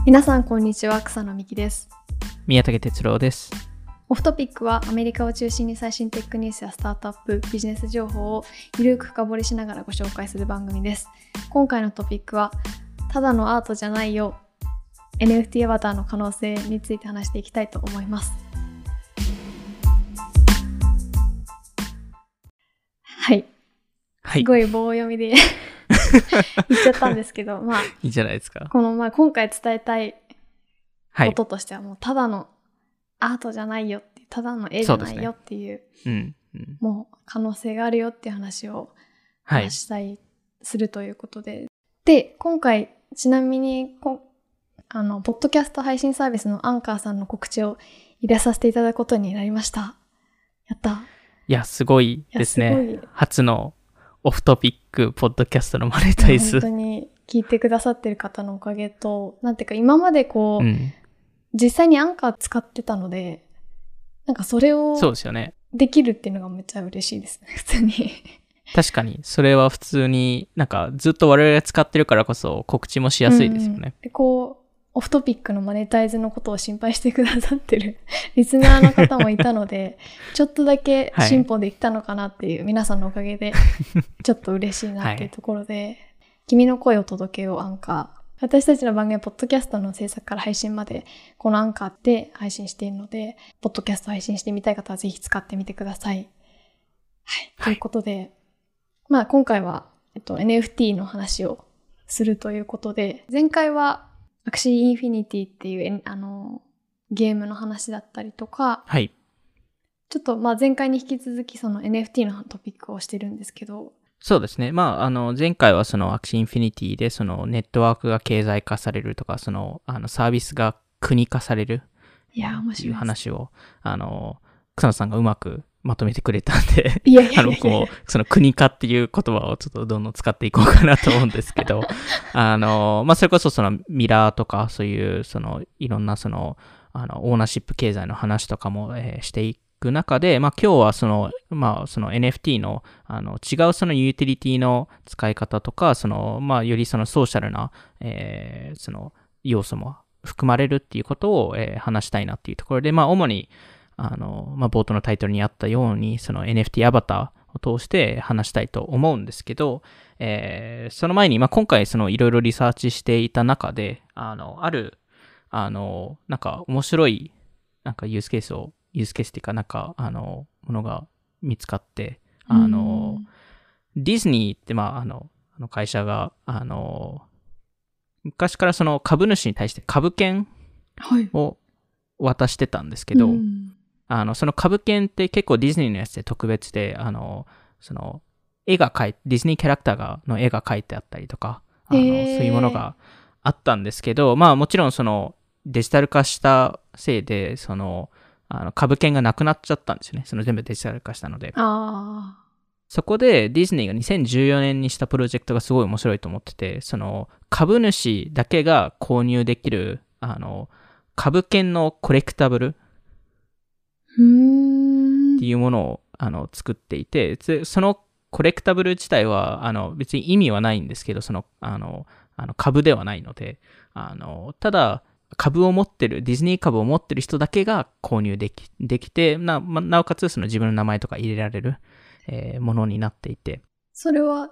皆さんこんにちは、草野美希です。 宮武哲郎です。 オフトピックはアメリカを中心に最新テックニュースやスタートアップ、ビジネス情報をゆるく深掘りしながらご紹介する番組です。今回のトピックはただのアートじゃないよ、 NFT アバターの可能性について話していきたいと思います。はい、すごい棒読みで言っちゃったんですけどいいじゃないですか。 今回伝えたいこととしては、もうただのアートじゃないよって、ただの絵じゃないよっていう、もう可能性があるよっていう話をするということで、で今回ちなみにポッドキャスト配信サービスのアンカーさんの告知を入れさせていただくことになりました。やった。 いやすごいですね。初のオフトピックポッドキャストのマネタイズ。 本当に聞いてくださってる方のおかげと、なんていうか今まで実際にアンカー使ってたので、なんかそれをできるっていうのがめっちゃ嬉しいですね、普通に。 確かにそれは普通になんかずっと我々が使ってるからこそ告知もしやすいですよね。 でオフトピックのマネタイズのことを心配してくださってるリスナーの方もいたのでちょっとだけ進歩できたのかなっていう、皆さんのおかげでちょっと嬉しいなっていうところで、君の声を届けようアンカー、私たちの番組はポッドキャストの制作から配信までこのアンカーで配信しているので、ポッドキャスト配信してみたい方はぜひ使ってみてください。ということで、今回は、NFT の話をするということで、前回はアクシーインフィニティっていうゲームの話だったりとか、ちょっと前回に引き続きその NFT のトピックをしてるんですけど、 そうですね。前回はそのアクシーインフィニティでそのネットワークが経済化されるとか、そのサービスが国化されるっていう話を草野さんがうまくまとめてくれたんで、僕もその国化っていう言葉をちょっとどんどん使っていこうかなと思うんですけど、それこそそのミラーとかそういうそのいろんなそのオーナーシップ経済の話とかも、していく中で、今日はそのNFT の違うそのユーティリティの使い方とか、そのよりそのソーシャルな、その要素も含まれるっていうことを、話したいなっていうところで、主に冒頭のタイトルにあったように、その NFT アバターを通して話したいと思うんですけど、その前に、今回そのいろいろリサーチしていた中で、なんか面白い、なんかユースケースっていうか、なんか、ものが見つかって、ディズニーって、会社が、昔からその株主に対して株券を渡してたんですけど、その株券って結構ディズニーのやつで特別で、そのディズニーキャラクターの絵が描いてあったりとか、そういうものがあったんですけど、もちろんそのデジタル化したせいで、その株券がなくなっちゃったんですよね。その全部デジタル化したので。そこでディズニーが2014年にしたプロジェクトがすごい面白いと思ってて、その株主だけが購入できる株券のコレクタブルっていうものを作っていて、そのコレクタブル自体は別に意味はないんですけど、その株ではないので、ただディズニー株を持ってる人だけが購入できて、なおかつその自分の名前とか入れられる、ものになっていて。 それは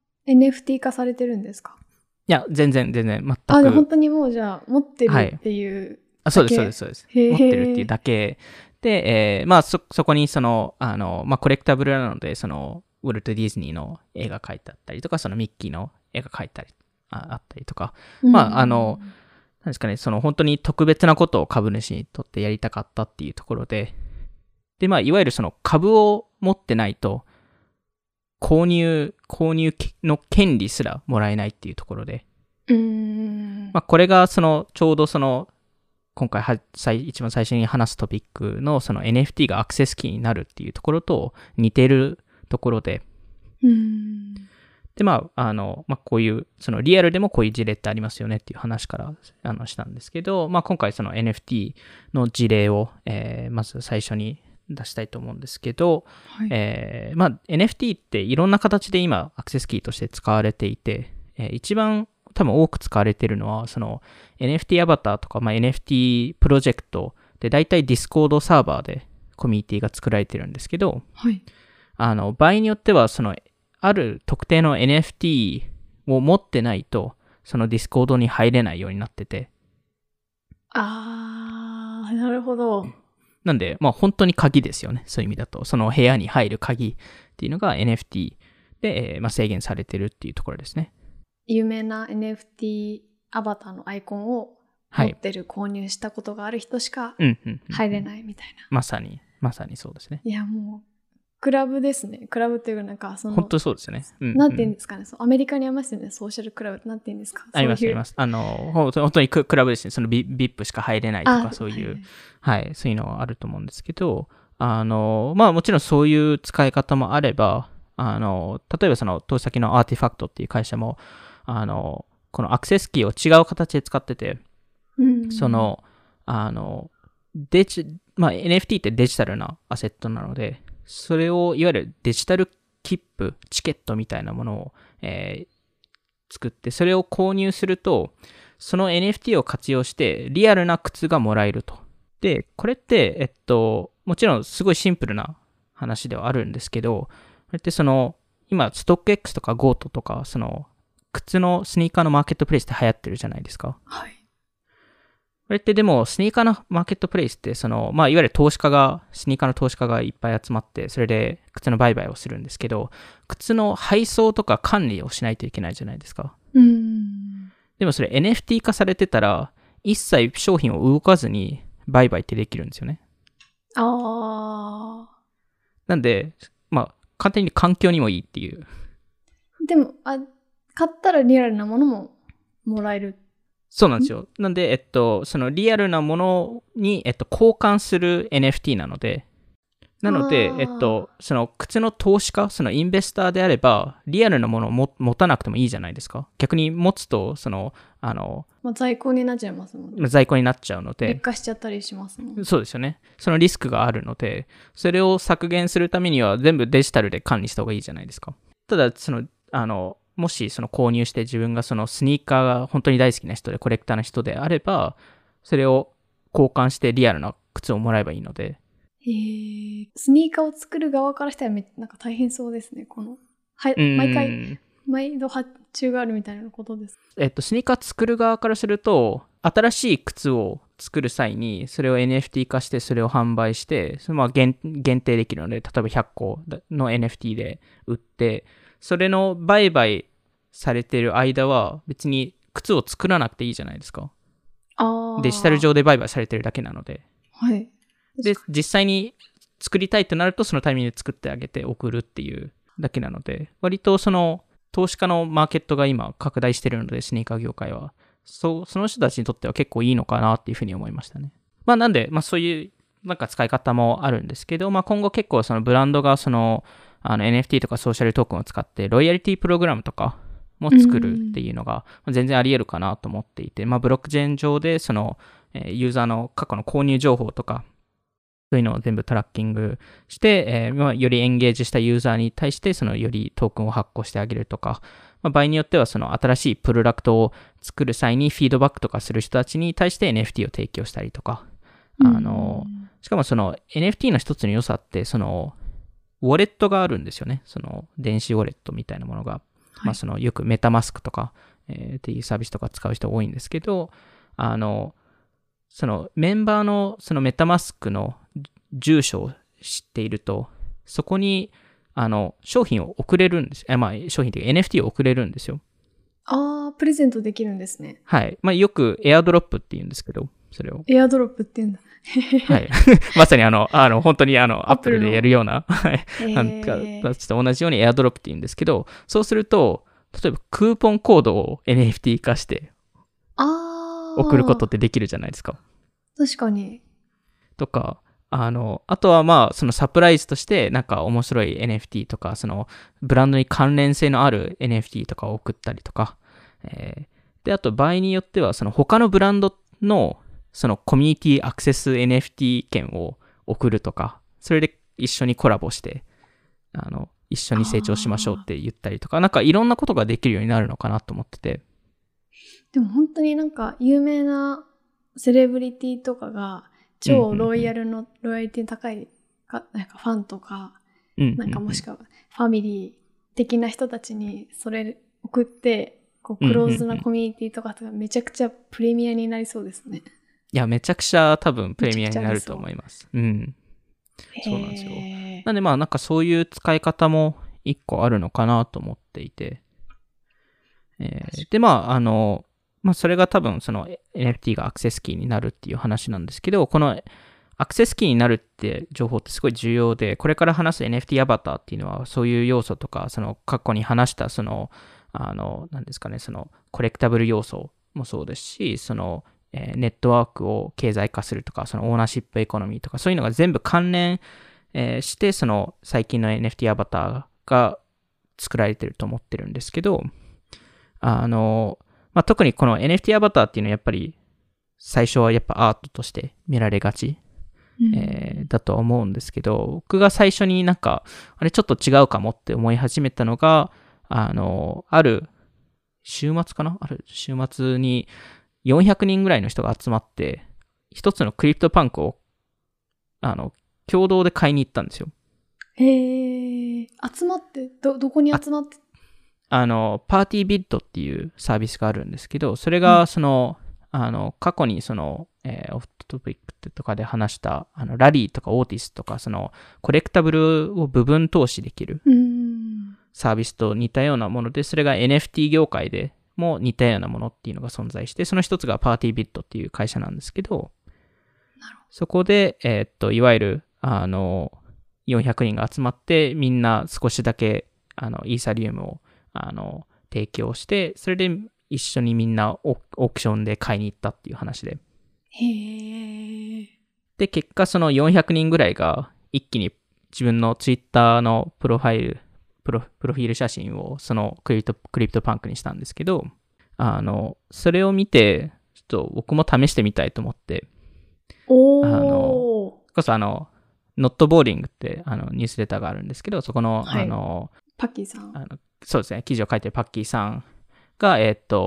NFT 化されてるんですか？ いや、全然全く。 本当にもうじゃあ持ってるっていうだけ、 そうです。持ってるっていうだけで、そこにそのコレクタブルなので、そのウォルト・ディズニーの絵が描いてあったりとか、そのミッキーの絵が描いてあったりとか、なんですかね、その本当に特別なことを株主にとってやりたかったっていうところで、いわゆるその株を持ってないと購入の権利すらもらえないっていうところで、これがそのちょうどその今回一番最初に話すトピックのその NFT がアクセスキーになるっていうところと似てるところで、でこういうそのリアルでもこういう事例ってありますよねっていう話からしたんですけど、今回その NFT の事例を、まず最初に出したいと思うんですけど、NFT っていろんな形で今アクセスキーとして使われていて、一番多分多く使われているのは、その NFT アバターとか、NFT プロジェクトで、だいたい Discord サーバーでコミュニティが作られてるんですけど、 はい、 場合によっては、ある特定の NFT を持ってないと、その Discord に入れないようになってて。 なるほど。 なんで、本当に鍵ですよね。そういう意味だと。その部屋に入る鍵っていうのが NFT で、制限されてるっていうところですね。 有名な NFT アバターのアイコンを持ってる、購入したことがある人しか入れないみたいな。 まさにそうですね。 いや、もう、クラブですね。クラブっていうか、なんか本当そうですね。 なんて言うんですかね。アメリカにありますよね。ソーシャルクラブってなんて言うんですか。 あります。本当にクラブですね。その VIP しか入れないとか、そういう、そういうのはあると思うんですけど、もちろんそういう使い方もあれば、例えばその投資先のアーティファクトっていう会社も、このアクセスキーを違う形で使ってて、NFT ってデジタルなアセットなので、それをいわゆるデジタル切符、チケットみたいなものを、作って、それを購入すると、その NFT を活用してリアルな靴がもらえると。で、これって、もちろんすごいシンプルな話ではあるんですけど、これって今、ストック X とか GOAT とか、靴のスニーカーのマーケットプレイスって流行ってるじゃないですか。 はい。 これってでも、スニーカーのマーケットプレイスって、いわゆるスニーカーの投資家がいっぱい集まって、それで靴の売買をするんですけど、靴の配送とか管理をしないといけないじゃないですか。でもそれ NFT 化されてたら、一切商品を動かずに売買ってできるんですよね。なんで、簡単に環境にもいいっていう。 でも、買ったらリアルなものももらえる。 そうなんですよ。なんで、そのリアルなものに、交換する NFT なので、その靴の投資家、そのインベスターであれば、リアルなものを持たなくてもいいじゃないですか。逆に持つと、 在庫になっちゃいますもんね。 在庫になっちゃうので。 劣化しちゃったりしますもん。 そうですよね。そのリスクがあるので、それを削減するためには全部デジタルで管理した方がいいじゃないですか。ただ、もし購入して自分がスニーカーが本当に大好きな人でコレクターの人であれば、それを交換してリアルな靴をもらえばいいので。 スニーカーを作る側からしたらなんか大変そうですね。毎度発注があるみたいなことです。 スニーカー作る側からすると、新しい靴を作る際に、それを NFT 化して、それを販売して、限定できるので、例えば100個の NFT で売って、それの売買されている間は、別に靴を作らなくていいじゃないですか。デジタル上で売買されてるだけなので。 はい。 で、実際に作りたいとなると、そのタイミングで作ってあげて送るっていうだけなので、割と投資家のマーケットが今拡大してるので、スニーカー業界は。その人たちにとっては結構いいのかなっていうふうに思いましたね。なんで、そういうなんか使い方もあるんですけど、今後結構ブランドがNFT とかソーシャルトークンを使ってロイヤリティプログラムとかも作るっていうのが全然あり得るかなと思っていて、ブロックチェーン上でユーザーの過去の購入情報とかそういうのを全部トラッキングして、よりエンゲージしたユーザーに対してよりトークンを発行してあげるとか、場合によっては新しいプロダクトを作る際にフィードバックとかする人たちに対して NFT を提供したりとか、しかもNFT の一つの良さって、ウォレットがあるんですよね。電子ウォレットみたいなものが。はい、よくメタマスクとか、っていうサービスとか使う人多いんですけど、メンバーのメタマスクの住所を知っていると、そこに、商品を送れるんです。商品というか NFT を送れるんですよ。 プレゼントできるんですね。 はい。よくエアドロップって言うんですけど、それを。 エアドロップって言うんだ。 はい。まさに本当にアップルでやるような、はい。なんか、ちょっと同じようにエアドロップって言うんですけど、そうすると、例えばクーポンコードを NFT 化して、送ることってできるじゃないですか。 確かに。 とか、あとはサプライズとしてなんか面白い NFT とか、ブランドに関連性のある NFT とかを送ったりとか、で、あと場合によっては他のブランドのコミュニティアクセス NFT 券を送るとか、それで一緒にコラボして、一緒に成長しましょうって言ったりとか、なんかいろんなことができるようになるのかなと思ってて。 でも本当になんか有名なセレブリティとかが超ロイヤリティ高いなんかファンとか、なんかもしくはファミリー的な人たちにそれ送って、こうクローズなコミュニティとかめちゃくちゃプレミアになりそうですね。 いや、めちゃくちゃ多分プレミアになると思います。そうなんですよ。なんでまあなんかそういう使い方も一個あるのかなと思っていて。でまあそれが多分その NFT がアクセスキーになるっていう話なんですけど、このアクセスキーになるって情報ってすごい重要で、これから話す NFT アバターっていうのはそういう要素とか、その過去に話したその、何ですかね、そのコレクタブル要素もそうですし、そのネットワークを経済化するとか、そのオーナーシップエコノミーとか、そういうのが全部関連して、その最近の NFT アバターが作られてると思ってるんですけど、まあ、特にこの NFT アバターっていうのはやっぱり最初はやっぱアートとして見られがち、だと思うんですけど、僕が最初になんかあれちょっと違うかもって思い始めたのが、ある週末かな、ある週末に400人ぐらいの人が集まって一つのクリプトパンクを共同で買いに行ったんですよ。 集まってどこに集まってパーティービッドっていうサービスがあるんですけど、それがその、過去にその、オフトピックとかで話したラリーとかオーティスとかそのコレクタブルを部分投資できるサービスと似たようなもので、それが NFT 業界でも似たようなものっていうのが存在して、その一つがパーティービッドっていう会社なんですけど、そこでいわゆる400人が集まってみんな少しだけイーサリウムを提供して、それで一緒にみんなオークションで買いに行ったっていう話で。で、結果その400人ぐらいが一気に自分のツイッターのプロフィール写真をそのクリプトパンクにしたんですけど、それを見て、ちょっと僕も試してみたいと思って、こそノットボーリングってニュースレターがあるんですけど、そこの、 はい、パッキーさん。 そうですね、記事を書いてるパッキーさんが、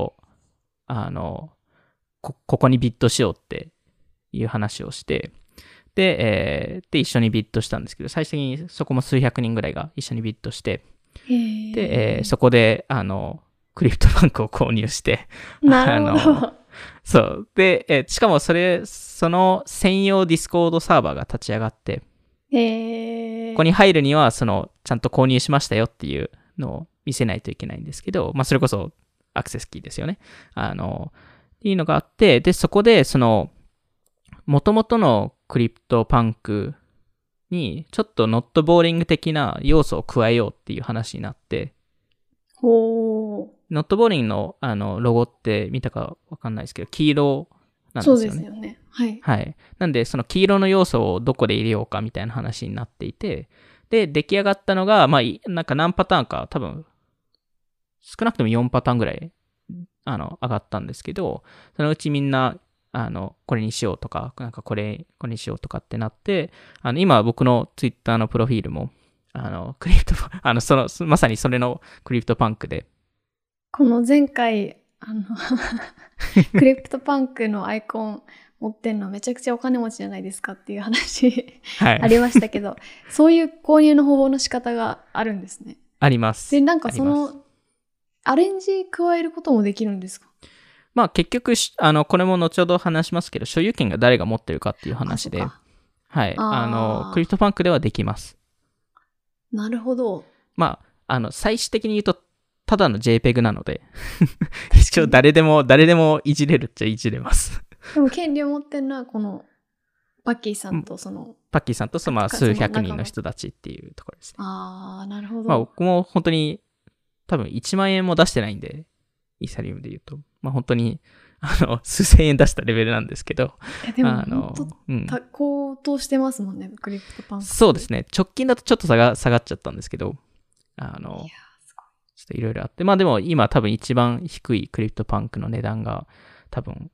ここにビットしようっていう話をして、で、一緒にビットしたんですけど、最終的にそこも数百人ぐらいが一緒にビットして、で、そこで、クリプトパンクを購入して、 なるほど。 そう。で、しかもその専用ディスコードサーバーが立ち上がって、ここに入るには、ちゃんと購入しましたよっていうのを見せないといけないんですけど、まあ、それこそアクセスキーですよね。っていうのがあって、で、そこで、元々のクリプトパンクに、ちょっとノットボーリング的な要素を加えようっていう話になって、ノットボーリングの、ロゴって見たかわかんないですけど、黄色なんですよね。 そうですよね。はい。 はい。なんで、その黄色の要素をどこで入れようかみたいな話になっていて、で、出来上がったのが、まあ、なんか何パターンか、多分、少なくとも4パターンぐらい、上がったんですけど、そのうちみんな、これにしようとか、なんかこれにしようとかってなって、今僕のツイッターのプロフィールも、クリプト、まさにそれのクリプトパンクで。 この前回、クリプトパンクのアイコン持ってんのめちゃくちゃお金持ちじゃないですかっていう話、はい、ありましたけど、そういう購入の方法の仕方があるんですね。 あります。 で、なんかアレンジ加えることもできるんですか？ まあ結局、これも後ほど話しますけど、所有権が誰が持ってるかっていう話で、はい。クリプトパンクではできます。 なるほど。 まあ、最終的に言うと、ただの JPEG なので、一応誰でもいじれるっちゃいじれます。 でも権利を持ってるのは、この、パッキーさんとパッキーさんとまあ数百人の人たちっていうところですね。 ああ、なるほど。 まあ僕も本当に、多分1万円も出してないんで、イーサリウムで言うと。まあ本当に、数千円出したレベルなんですけど。 でも、高騰してますもんね、クリプトパンク。 そうですね。直近だとちょっと下がっちゃったんですけど、ちょっといろいろあって。まあでも今多分一番低いクリプトパンクの値段が多分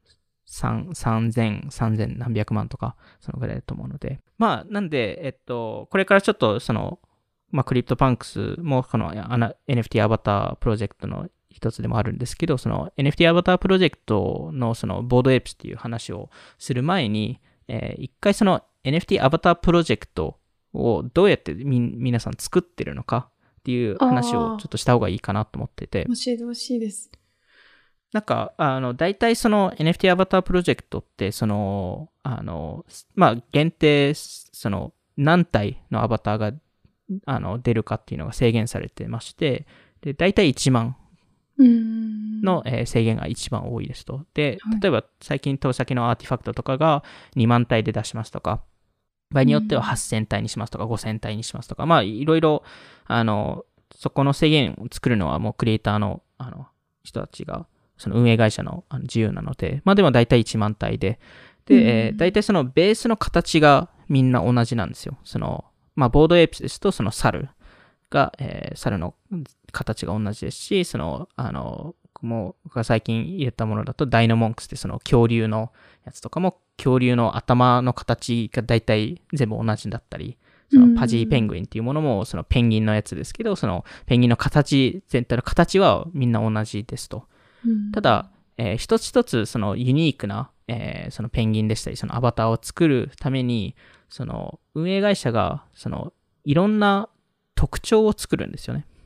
3000何百万とか、そのぐらいだと思うので。まあなんで、これからちょっとまあクリプトパンクスもこのNFT アバタープロジェクトの一つでもあるんですけど、その NFT アバタープロジェクトのそのボードエイプスっていう話をする前に、一回その NFT アバタープロジェクトをどうやって皆さん作ってるのかっていう話をちょっとした方がいいかなと思ってて。 教えてほしいです。 なんか、大体その NFT アバタープロジェクトって、まあ、限定、何体のアバターが、出るかっていうのが制限されてまして、で、大体1万の制限が一番多いですと。で、例えば最近投資先のアーティファクトとかが2万体で出しますとか、場合によっては8000体にしますとか、5000体にしますとか、まあ、いろいろ、そこの制限を作るのはもうクリエイターの、人たちが、その運営会社の自由なので、まあでも大体1万体で、で、大体そのベースの形がみんな同じなんですよ。まあボードエイプスですと、その猿が、猿の形が同じですし、僕が最近入れたものだと、ダイノモンクスってその恐竜のやつとかも、恐竜の頭の形が大体全部同じだったり、そのパジーペングインっていうものも、そのペンギンのやつですけど、そのペンギンの形、全体の形はみんな同じですと。ただ、一つ一つそのユニークな、そのペンギンでしたり、そのアバターを作るために、その運営会社が、いろんな特徴を作るんですよね。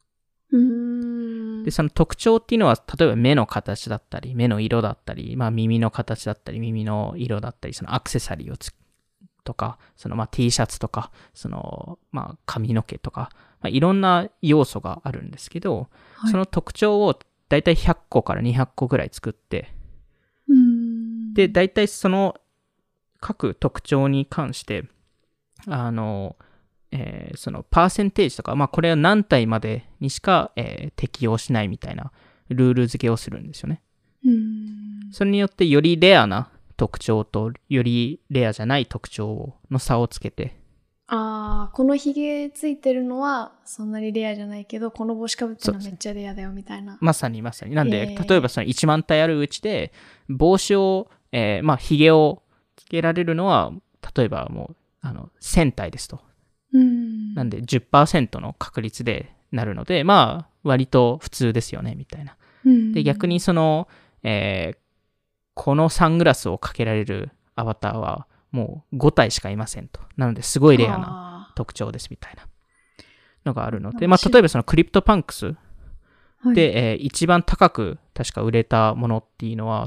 で、その特徴っていうのは、例えば目の形だったり、目の色だったり、まあ耳の形だったり、耳の色だったり、そのアクセサリーとか、まあ T シャツとか、まあ髪の毛とか、まあいろんな要素があるんですけど、はい、その特徴をだいたい100個から200個ぐらい作って、で、だいたいその各特徴に関して、そのパーセンテージとか、まあこれは何体までにしか、適用しないみたいなルール付けをするんですよね。それによってよりレアな特徴とよりレアじゃない特徴の差をつけて、 このヒゲついてるのはそんなにレアじゃないけど、この帽子かぶってるのはめっちゃレアだよみたいな。 まさに。なんで、例えばその1万体あるうちで、帽子を、まあヒゲをつけられるのは、例えばもう、1000体ですと。なんで 10% の確率でなるので、まあ割と普通ですよね、みたいな。で、逆にこのサングラスをかけられるアバターは、もう5体しかいませんと。なのですごいレアな特徴ですみたいなのがあるので、まあ例えばそのクリプトパンクスで、一番高く確か売れたものっていうのは、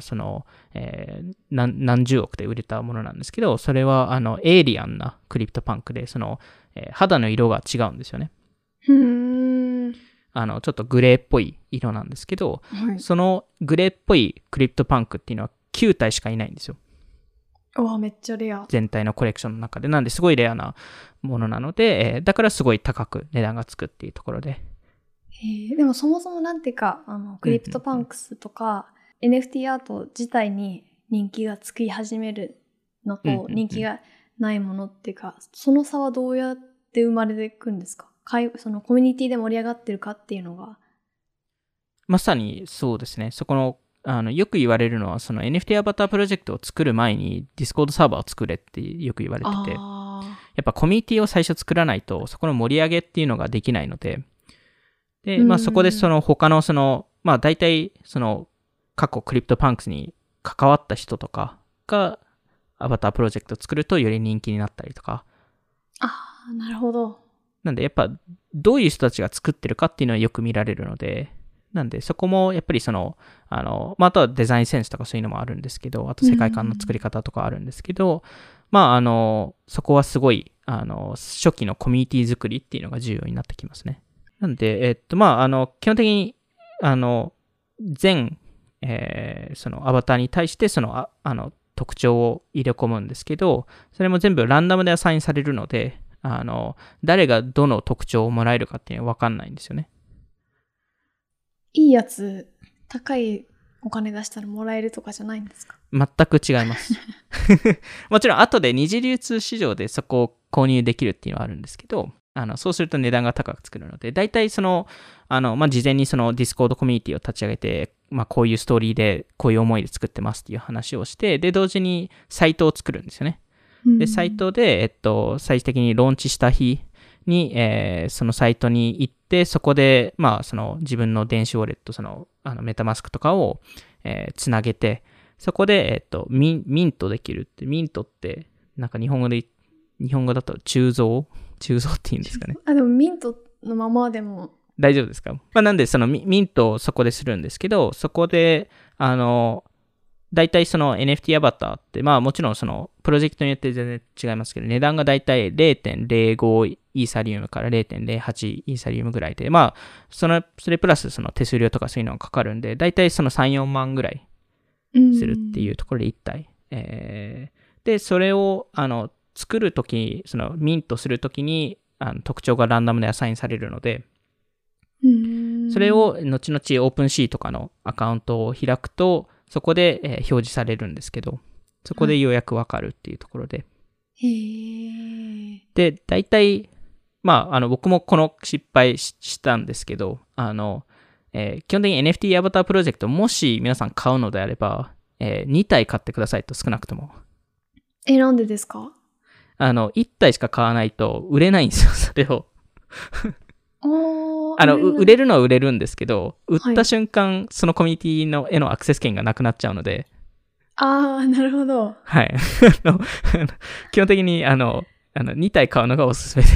何十億で売れたものなんですけど、それはエイリアンなクリプトパンクで、肌の色が違うんですよね。ちょっとグレーっぽい色なんですけど、そのグレーっぽいクリプトパンクっていうのは9体しかいないんですよ。 めっちゃレア。 全体のコレクションの中で。なんですごいレアなものなので、だからすごい高く値段がつくっていうところで。 でもそもそもなんていうか、クリプトパンクスとか、NFT アート自体に人気がつき始めるのと、人気がないものっていうか、その差はどうやって生まれていくんですか？そのコミュニティで盛り上がってるかっていうのが。 まさにそうですね。そこのよく言われるのは、その NFT アバタープロジェクトを作る前に Discord サーバーを作れってよく言われてて、やっぱコミュニティを最初作らないと、そこの盛り上げっていうのができないので、で、まあそこで他のまあ大体過去クリプトパンクスに関わった人とかがアバタープロジェクトを作るとより人気になったりとか。 なるほど。 なんでやっぱどういう人たちが作ってるかっていうのはよく見られるので、なんでそこもやっぱりまああとはデザインセンスとかそういうのもあるんですけど、あと世界観の作り方とかあるんですけど、まあそこはすごい初期のコミュニティ作りっていうのが重要になってきますね。なんでまあ基本的に全そのアバターに対して特徴を入れ込むんですけど、それも全部ランダムでアサインされるので、誰がどの特徴をもらえるかっていうのは分かんないんですよね。 いいやつ、高いお金出したらもらえるとかじゃないんですか？ 全く違います。もちろん後で二次流通市場でそこを購入できるっていうのはあるんですけど、そうすると値段が高くつくので、大体まあ、事前にディスコードコミュニティを立ち上げて、まあ、こういうストーリーで、こういう思いで作ってますっていう話をして、で、同時にサイトを作るんですよね。で、サイトで、最終的にローンチした日に、そのサイトに行って、そこで、まあ、その自分の電子ウォレット、メタマスクとかを、つなげて、そこで、ミントできるって、ミントって、なんか日本語だと鋳造って言うんですかね。 でもミントのままでも。 大丈夫ですか？まあ、なんで、そのミントをそこでするんですけど、そこで、大体その NFT アバターって、まあもちろんそのプロジェクトによって全然違いますけど、値段が大体 0.05 イーサリウムから 0.08 イーサリウムぐらいで、まあ、それプラスその手数料とかそういうのがかかるんで、大体その3、4万ぐらいするっていうところで1体。で、それを、作るとき、そのミントするときに、特徴がランダムでアサインされるので、それを後々オープンシーとかのアカウントを開くと、そこで、表示されるんですけど、そこでようやくわかるっていうところで。で、大体、まあ、僕もこの失敗したんですけど、基本的に NFT アバタープロジェクト、もし皆さん買うのであれば、2体買ってくださいと、少なくとも。 なんでですか ？1体しか買わないと売れないんですよ、それを。売れるのは売れるんですけど、売った瞬間、そのコミュニティへのアクセス権がなくなっちゃうので。 なるほど。 はい。基本的に、2体買うのがおすすめです。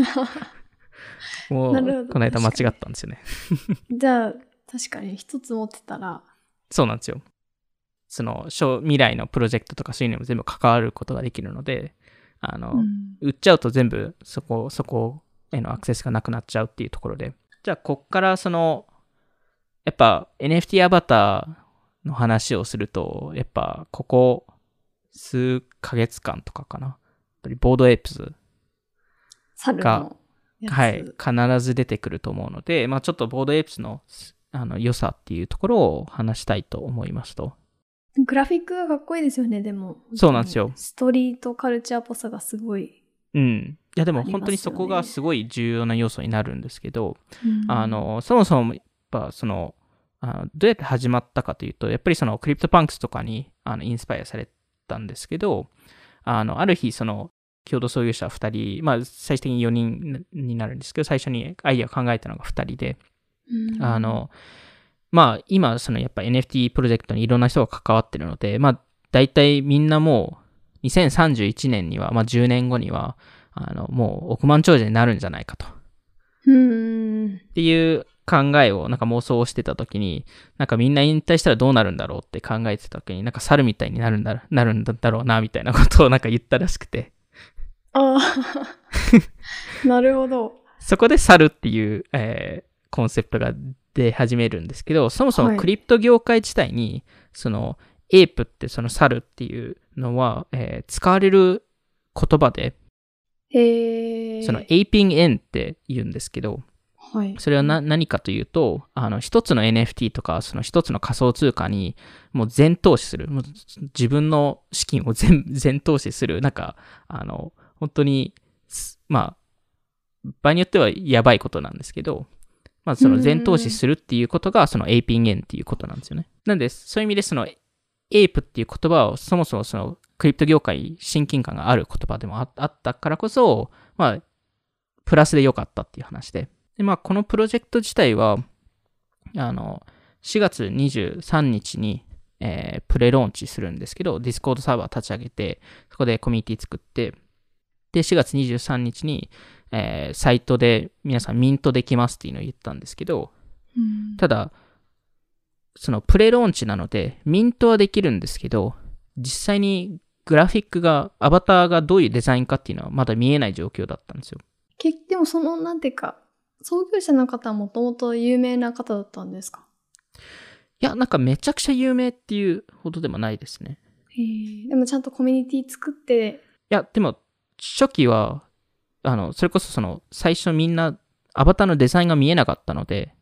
もう、この間間違ったんですよね。 じゃあ、確かに一つ持ってたら。 そうなんですよ。未来のプロジェクトとかそういうのも全部関わることができるので、売っちゃうと全部そこへのアクセスがなくなっちゃうっていうところで。じゃあ、こっからやっぱ NFT アバターの話をすると、やっぱここ数ヶ月間とかかな。やっぱりボードエイプスが、はい、必ず出てくると思うので、まあちょっとボードエイプスの良さっていうところを話したいと思いますと。 グラフィックがかっこいいですよね、でも。 そうなんですよ。 ストリートカルチャーっぽさがすごい。 うん。いやでも本当にそこがすごい重要な要素になるんですけど、そもそもやっぱどうやって始まったかというと、やっぱりクリプトパンクスとかにインスパイアされたんですけど、ある日共同創業者2人、まあ最終的に4人になるんですけど、最初にアイデアを考えたのが2人で、まあ今やっぱ NFT プロジェクトにいろんな人が関わってるので、まあ大体みんなもう2031年には、まあ10年後には、もう億万長者になるんじゃないかと。っていう考えをなんか妄想をしてた時に、なんかみんな引退したらどうなるんだろうって考えてた時に、なんか猿みたいになるんだろうな、みたいなことをなんか言ったらしくて。 なるほど。 そこで猿っていう、コンセプトが出始めるんですけど、そもそもクリプト業界自体に、エイプって猿っていうのは、使われる言葉で、エイピングエンって言うんですけど、 はい、 それは何かというと、一つの NFT とか、一つの仮想通貨に、もう全投資する。もう自分の資金を全投資する。なんか、本当に、まあ、場合によってはやばいことなんですけど、まあ、全投資するっていうことが、エイピングエンっていうことなんですよね。なんで、そういう意味で、エイプっていう言葉を、そもそもクリプト業界親近感がある言葉でもあったからこそ、まあ、プラスで良かったっていう話で。で、まあ、このプロジェクト自体は、4月23日に、プレローンチするんですけど、ディスコードサーバー立ち上げて、そこでコミュニティ作って、で、4月23日に、サイトで皆さんミントできますっていうのを言ったんですけど、ただ、プレローンチなので、ミントはできるんですけど、実際にグラフィックが、アバターがどういうデザインかっていうのはまだ見えない状況だったんですよ。 でもなんていうか、創業者の方はもともと有名な方だったんですか？ いや、なんかめちゃくちゃ有名っていうほどでもないですね。 でもちゃんとコミュニティ作って。 いや、でも、初期は、それこそ最初みんな、アバターのデザインが見えなかったので、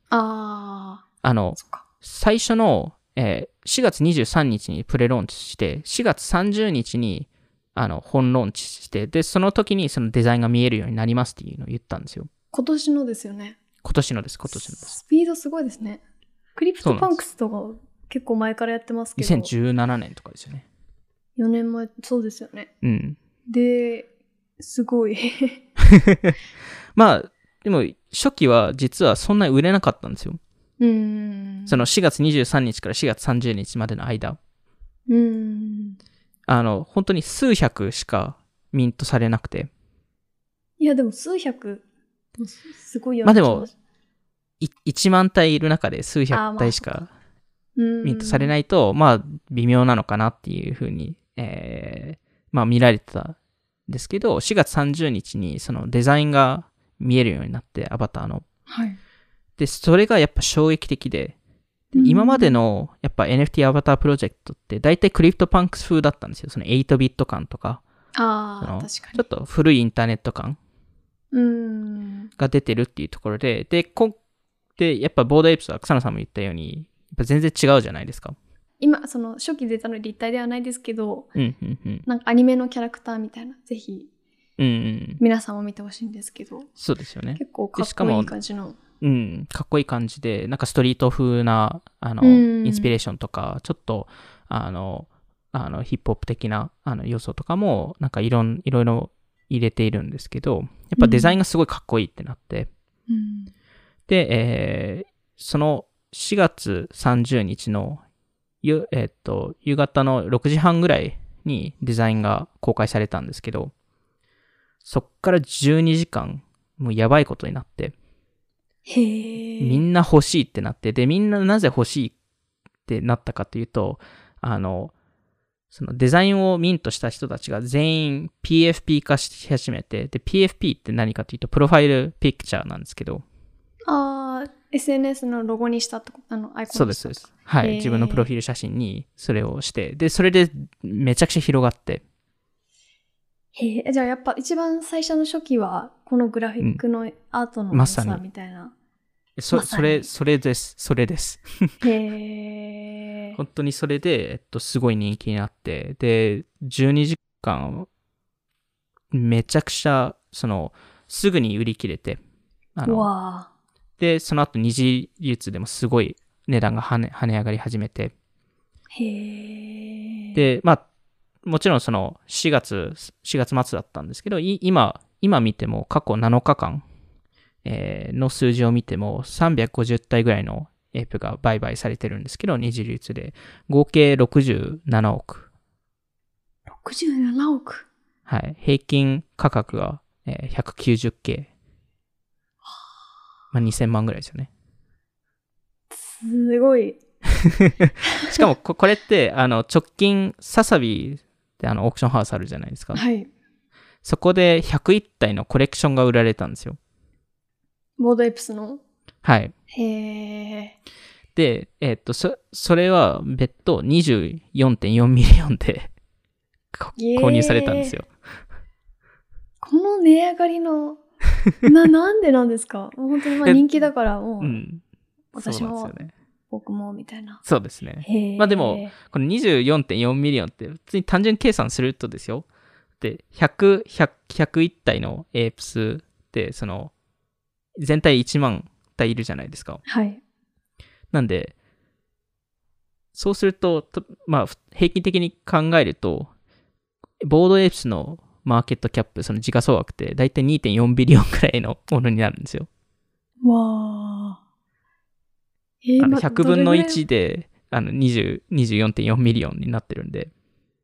最初の、4月23日にプレローンチして、4月30日に、本ローンチして、で、その時にそのデザインが見えるようになりますっていうのを言ったんですよ。 今年のですよね。 今年のです。 スピードすごいですね。クリプトパンクスとか結構前からやってますけど。 2017年とかですよね。 4年前、そうですよね。 うん。 で、すごい。 まあ、でも、初期は実はそんなに売れなかったんですよ。その4月23日から4月30日までの間。本当に数百しかミントされなくて。 いや、でも数百、すごいよ。 まあでも、1万体いる中で数百体しかミントされないと、まあ微妙なのかなっていうふうに、まあ見られてたんですけど、4月30日にそのデザインが見えるようになって、アバターの。 はい。 で、それがやっぱ衝撃的で、今までのやっぱ NFT アバタープロジェクトって大体クリプトパンクス風だったんですよ。その8ビット感とか。 確かに。 ちょっと古いインターネット感が出てるっていうところで、で、やっぱボードエイプスは草野さんも言ったように、やっぱ全然違うじゃないですか。 今、その初期出たの立体ではないですけど、なんかアニメのキャラクターみたいな、ぜひ、皆さんも見てほしいんですけど。 そうですよね。 結構かっこいい感じの。 かっこいい感じで、なんかストリート風な、インスピレーションとか、ちょっと、ヒップホップ的な、要素とかも、なんかいろいろ入れているんですけど、やっぱデザインがすごいかっこいいってなって、で、その4月30日の夕方の6時半ぐらいにデザインが公開されたんですけど、そっから12時間、もうやばいことになって、みんな欲しいってなって、で、みんななぜ欲しいってなったかというと、そのデザインをミントした人たちが全員 PFP 化し始めて、で、PFP って何かというと、プロファイルピクチャーなんですけど。 SNS のロゴにしたってこと、アイコンにした。 そうです、そうです。はい。自分のプロフィール写真にそれをして、で、それでめちゃくちゃ広がって。 じゃあやっぱ一番最初の初期は、このグラフィックのアートのまさにみたいな。 それです。それです。 へー。 本当にそれで、すごい人気になって、で、12時間、めちゃくちゃ、すぐに売り切れて、で、その後二次流通でもすごい値段が跳ね上がり始めて、で、まあ、もちろんその4月末だったんですけど、今見ても過去7日間、の数字を見ても350体ぐらいのエープが売買されてるんですけど、二次流通で合計67億。 67億。 はい。平均価格が190K。まあ、2000万ぐらいですよね。 すごい。 しかもこれって直近ササビでオークションハウスあるじゃないですか。 はい。そこで101体のコレクションが売られたんですよ。 ボードエプスの？ はい。 へー。 で、それは別途 24.4 ミリオンで購入されたんですよ。 この値上がりのなんでなんですか？本当にまあ人気だからもう、私も、僕もみたいな。 そうですね。まあでも、この 24.4 ミリオンって普通に単純計算するとですよ。で、101体のエープスって全体1万体いるじゃないですか。 はい。 なんで、そうすると、まあ平均的に考えると、ボードエープスのマーケットキャップ、その時価総額ってだいたい 2.4 ビリオンくらいのものになるんですよ。 わー。 100分の1で24.4 ミリオンになってるんで。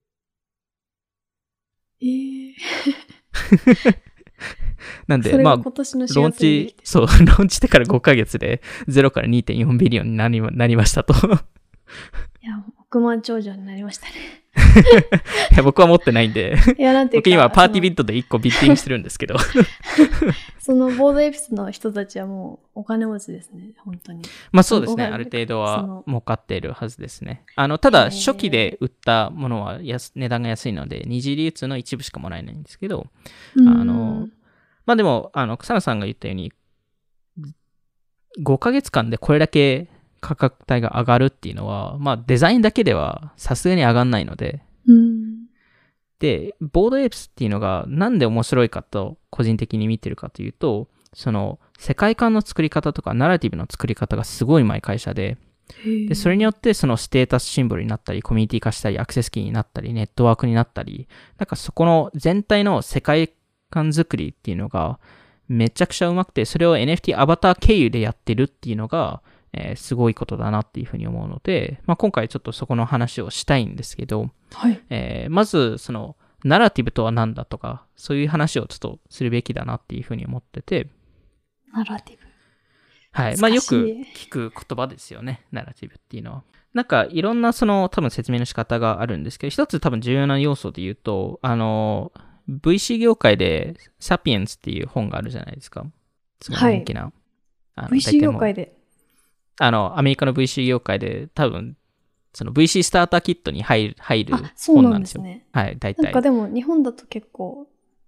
なんで、まあ、ローンチしてから5ヶ月で0から 2.4 ビリオンになりましたと。 いや、億万長者になりましたね。 いや僕は持ってないんで、僕今パーティービットで1個ビッティングしてるんですけど。 そのボードエピスの人たちはもうお金持ちですね、本当に。 まあそうですね、ある程度は儲かっているはずですね。ただ初期で売ったものは値段が安いので、二次流通の一部しかもらえないんですけど、まあでも、草野さんが言ったように、5ヶ月間でこれだけ価格帯が上がるっていうのは、まあデザインだけではさすがに上がんないので、で、ボードエイプスっていうのがなんで面白いかと個人的に見てるかというと、世界観の作り方とかナラティブの作り方がすごいうまい会社で、それによってステータスシンボルになったり、コミュニティ化したり、アクセスキーになったり、ネットワークになったり、なんかそこの全体の世界観作りっていうのがめちゃくちゃうまくて、それを NFT アバター経由でやってるっていうのが、すごいことだなっていうふうに思うので、まあ、今回ちょっとそこの話をしたいんですけど、 はい。 まずそのナラティブとは何だとか、そういう話をちょっとするべきだなっていうふうに思ってて。 ナラティブ。 はい。まあよく聞く言葉ですよね。ナラティブっていうのは。なんかいろんなその多分説明の仕方があるんですけど、一つ多分重要な要素で言うと、VC 業界でサピエンスっていう本があるじゃないですか。すごい人気な。 はい、VC 業界で。 アメリカの VC 業界で多分、その VC スターターキットに入る本なんですね。 はい、大体。 なんかでも日本だと結構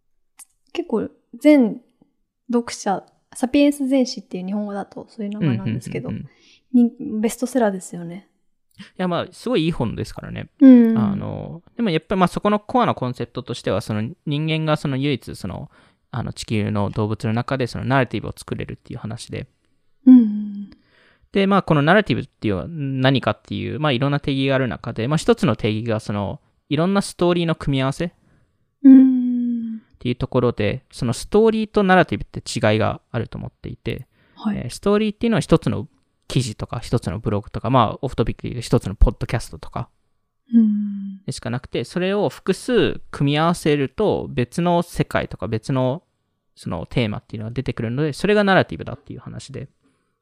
全読者、サピエンス全史っていう日本語だとそういう名前なんですけど、ベストセラーですよね。 いや、まあ、すごいいい本ですからね。 でもやっぱりまあそこのコアなコンセプトとしては、その人間がその唯一その、地球の動物の中でそのナラティブを作れるっていう話で。で、まあ、このナラティブっていうのは何かっていう、まあ、いろんな定義がある中で、まあ、一つの定義がその、いろんなストーリーの組み合わせっていうところで、そのストーリーとナラティブって違いがあると思っていて、 はい、 ストーリーっていうのは一つの記事とか、一つのブログとか、まあ、オフトピックで言う一つのポッドキャストとかでしかなくて、それを複数組み合わせると別の世界とか別のそのテーマっていうのが出てくるので、それがナラティブだっていう話で。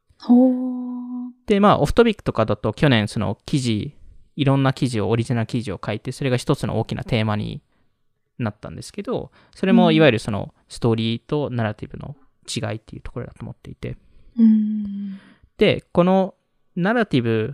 で、まあ、オフトピックとかだと去年そのいろんな記事を、オリジナル記事を書いて、それが一つの大きなテーマになったんですけど、それもいわゆるそのストーリーとナラティブの違いっていうところだと思っていて。で、このナラティブ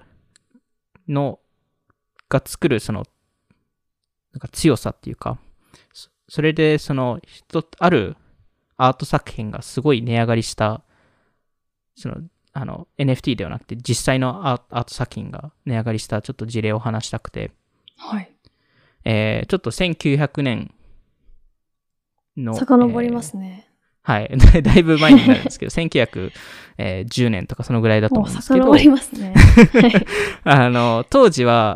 が作るその、なんか強さっていうか、それでそのあるアート作品がすごい値上がりした、その、NFT ではなくて実際のアート作品が値上がりしたちょっと事例を話したくて、 はい。 ちょっと1900年の。 遡りますね。 はい。だいぶ前になるんですけど、1910年とかそのぐらいだと思うんですけど。 遡りますね。 当時は、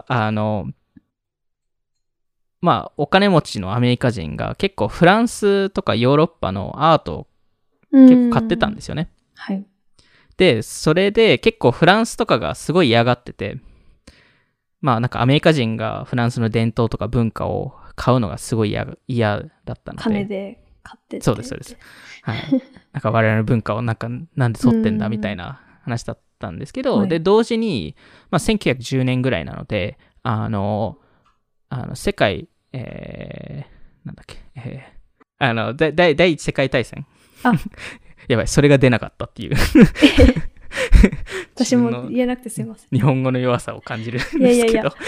まあ、お金持ちのアメリカ人が結構フランスとかヨーロッパのアートを結構買ってたんですよね。 はい。 で、それで結構フランスとかがすごい嫌がってて、まあなんかアメリカ人がフランスの伝統とか文化を買うのがすごい嫌だったので。 金で買ってて。 そうです、そうです。はい。なんか我々の文化をなんで取ってんだみたいな話だったんですけど、で、同時に、まあ1910年ぐらいなので、世界、なんだっけ、第一次世界大戦。やばい、それが出なかったっていう。 私も言えなくてすいません。 日本語の弱さを感じるんですけど、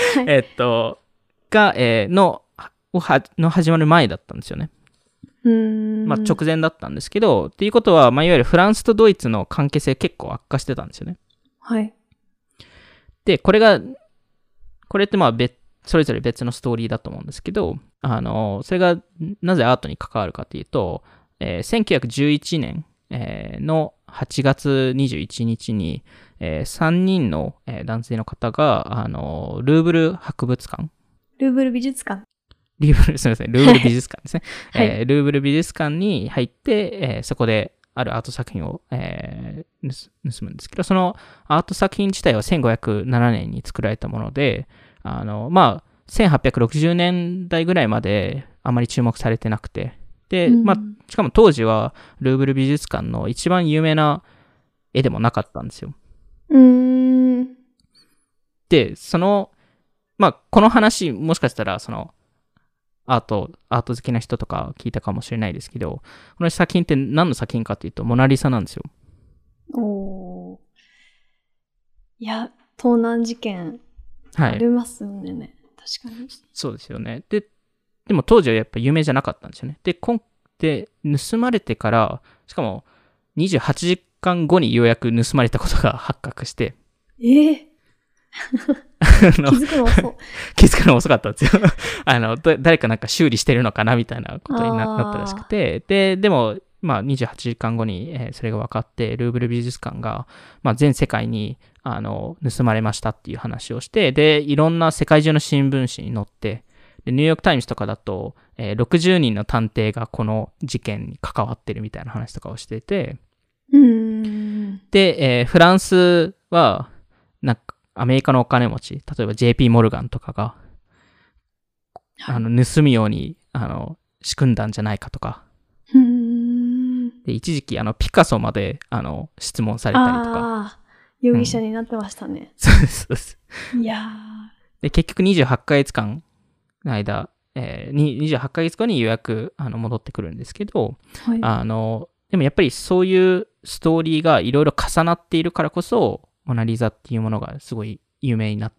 の始まる前だったんですよね。まあ直前だったんですけど、っていうことは、まあいわゆるフランスとドイツの関係性結構悪化してたんですよね。 はい。 で、これってまあそれぞれ別のストーリーだと思うんですけど、それがなぜアートに関わるかというと、1911年の8月21日に、3人の男性の方が、ルーブル博物館。 ルーブル美術館。 すみません、ルーブル美術館ですね。はい、ルーブル美術館に入って、そこであるアート作品を、盗むんですけど、そのアート作品自体は1507年に作られたもので、まあ、1860年代ぐらいまであまり注目されてなくて、で、まあ、しかも当時はルーブル美術館の一番有名な絵でもなかったんですよ。で、まあ、この話、もしかしたら、アート好きな人とか聞いたかもしれないですけど、この作品って何の作品かというと、モナリザなんですよ。 いや、盗難事件ありますよね、はい、確かに。 そうですよね。でも当時はやっぱ有名じゃなかったんですよね。で、盗まれてから、しかも28時間後にようやく盗まれたことが発覚して。気づくの遅かったんですよ。誰かなんか修理してるのかなみたいなことになったらしくて。でも、まあ28時間後に、それが分かって、ルーブル美術館が、まあ全世界に、盗まれましたっていう話をして、で、いろんな世界中の新聞紙に載って、 でニューヨークタイムズとかだと、60人の探偵がこの事件に関わってるみたいな話とかをしていて、で、フランスは、なんかアメリカのお金持ち、例えば JP モルガンとかが、盗むように、仕組んだんじゃないかとか。で、一時期、ピカソまで、質問されたりとか。 容疑者になってましたね。 そうです、そうです。 いやで、結局28ヶ月間の間、28ヶ月後にようやく、戻ってくるんですけど、はい、でもやっぱりそういうストーリーがいろいろ重なっているからこそ、モナリザっていうものがすごい有名になって、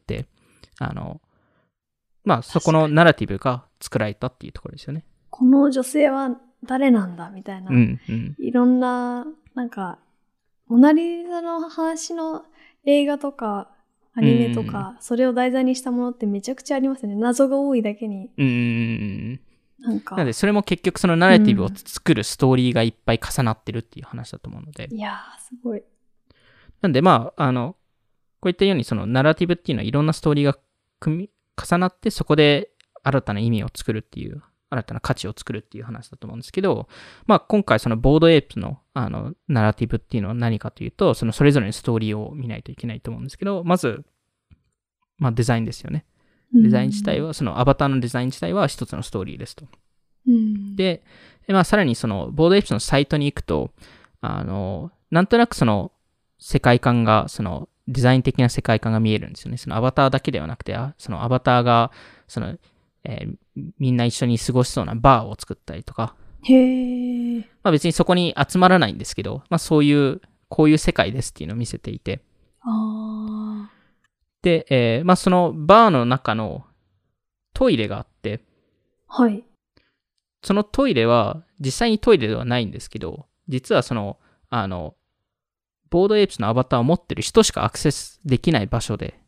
まあ、そこのナラティブが作られたっていうところですよね。 この女性は誰なんだみたいな、いろんな、なんか、モナリザの話の映画とか、アニメとか、それを題材にしたものってめちゃくちゃありますよね。謎が多いだけに。なんか。 なので、それも結局そのナラティブを作るストーリーがいっぱい重なってるっていう話だと思うので。 いやー、すごい。 なんで、まあ、こういったようにそのナラティブっていうのはいろんなストーリーが重なって、そこで新たな意味を作るっていう、新たな価値を作るっていう話だと思うんですけど、まあ今回そのボードエイプのナラティブっていうのは何かというと、それぞれのストーリーを見ないといけないと思うんですけど、まず、まあデザインですよね。デザイン自体は、そのアバターのデザイン自体は一つのストーリーですと。で、まあさらにそのボードエイプのサイトに行くと、なんとなくその世界観が、そのデザイン的な世界観が見えるんですよね。そのアバターだけではなくて、そのアバターが、みんな一緒に過ごしそうなバーを作ったりとか。まあ別にそこに集まらないんですけど、まあそういう、こういう世界ですっていうのを見せていて。で、まあそのバーの中のトイレがあって。 はい。 そのトイレは、実際にトイレではないんですけど、実はボードエイプスのアバターを持ってる人しかアクセスできない場所で。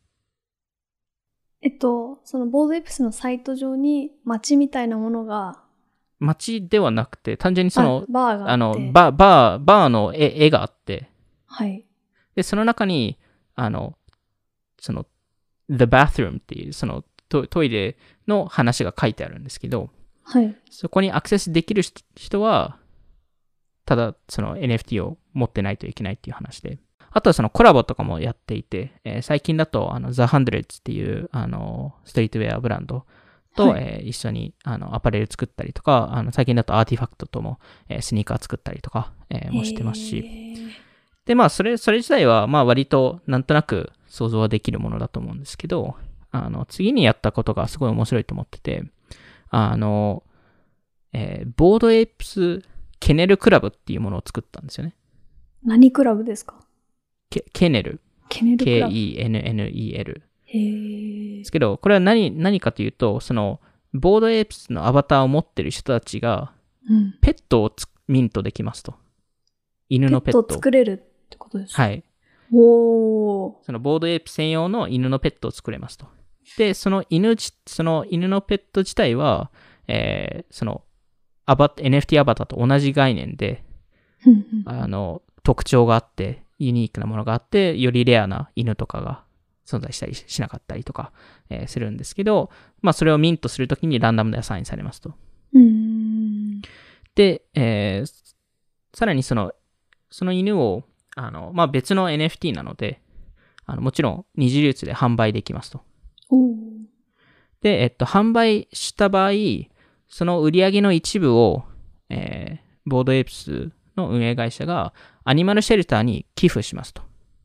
そのボードエイプスのサイト上に街みたいなものが。 街ではなくて、単純にその、 バーがあって。 バーの絵があって。 はい。 で、その中に、その、The Bathroom っていう、そのトイレの話が書いてあるんですけど、 はい。 そこにアクセスできる人は、ただその NFT を持ってないといけないっていう話で。あとはそのコラボとかもやっていて、最近だとThe Hundreds っていうストリートウェアブランドと、はい、一緒にアパレル作ったりとか、最近だとアーティファクトとも、スニーカー作ったりとか、もしてますし。で、まあそれ自体はまあ割となんとなく想像はできるものだと思うんですけど、次にやったことがすごい面白いと思ってて、ボードエイプスケネルクラブっていうものを作ったんですよね。 何クラブですか？ ケネル。K-E-N-N-E-L。ですけど、これは何かというと、その、ボードエイプスのアバターを持ってる人たちが、ペットをミントできますと。犬のペット。 ペットを作れるってことですか？ はい。 そのボードエイプ専用の犬のペットを作れますと。で、その犬のペット自体は、その、NFT アバターと同じ概念で、特徴があって、ユニークなものがあって、よりレアな犬とかが存在したりしなかったりとか、するんですけど、まあそれをミントするときにランダムでアサインされますと。で、さらにその犬を、まあ別の NFT なので、もちろん二次流通で販売できますと。で、販売した場合、その売り上げの一部を、ボードエイプスの運営会社がアニマルシェルターに寄付しますと。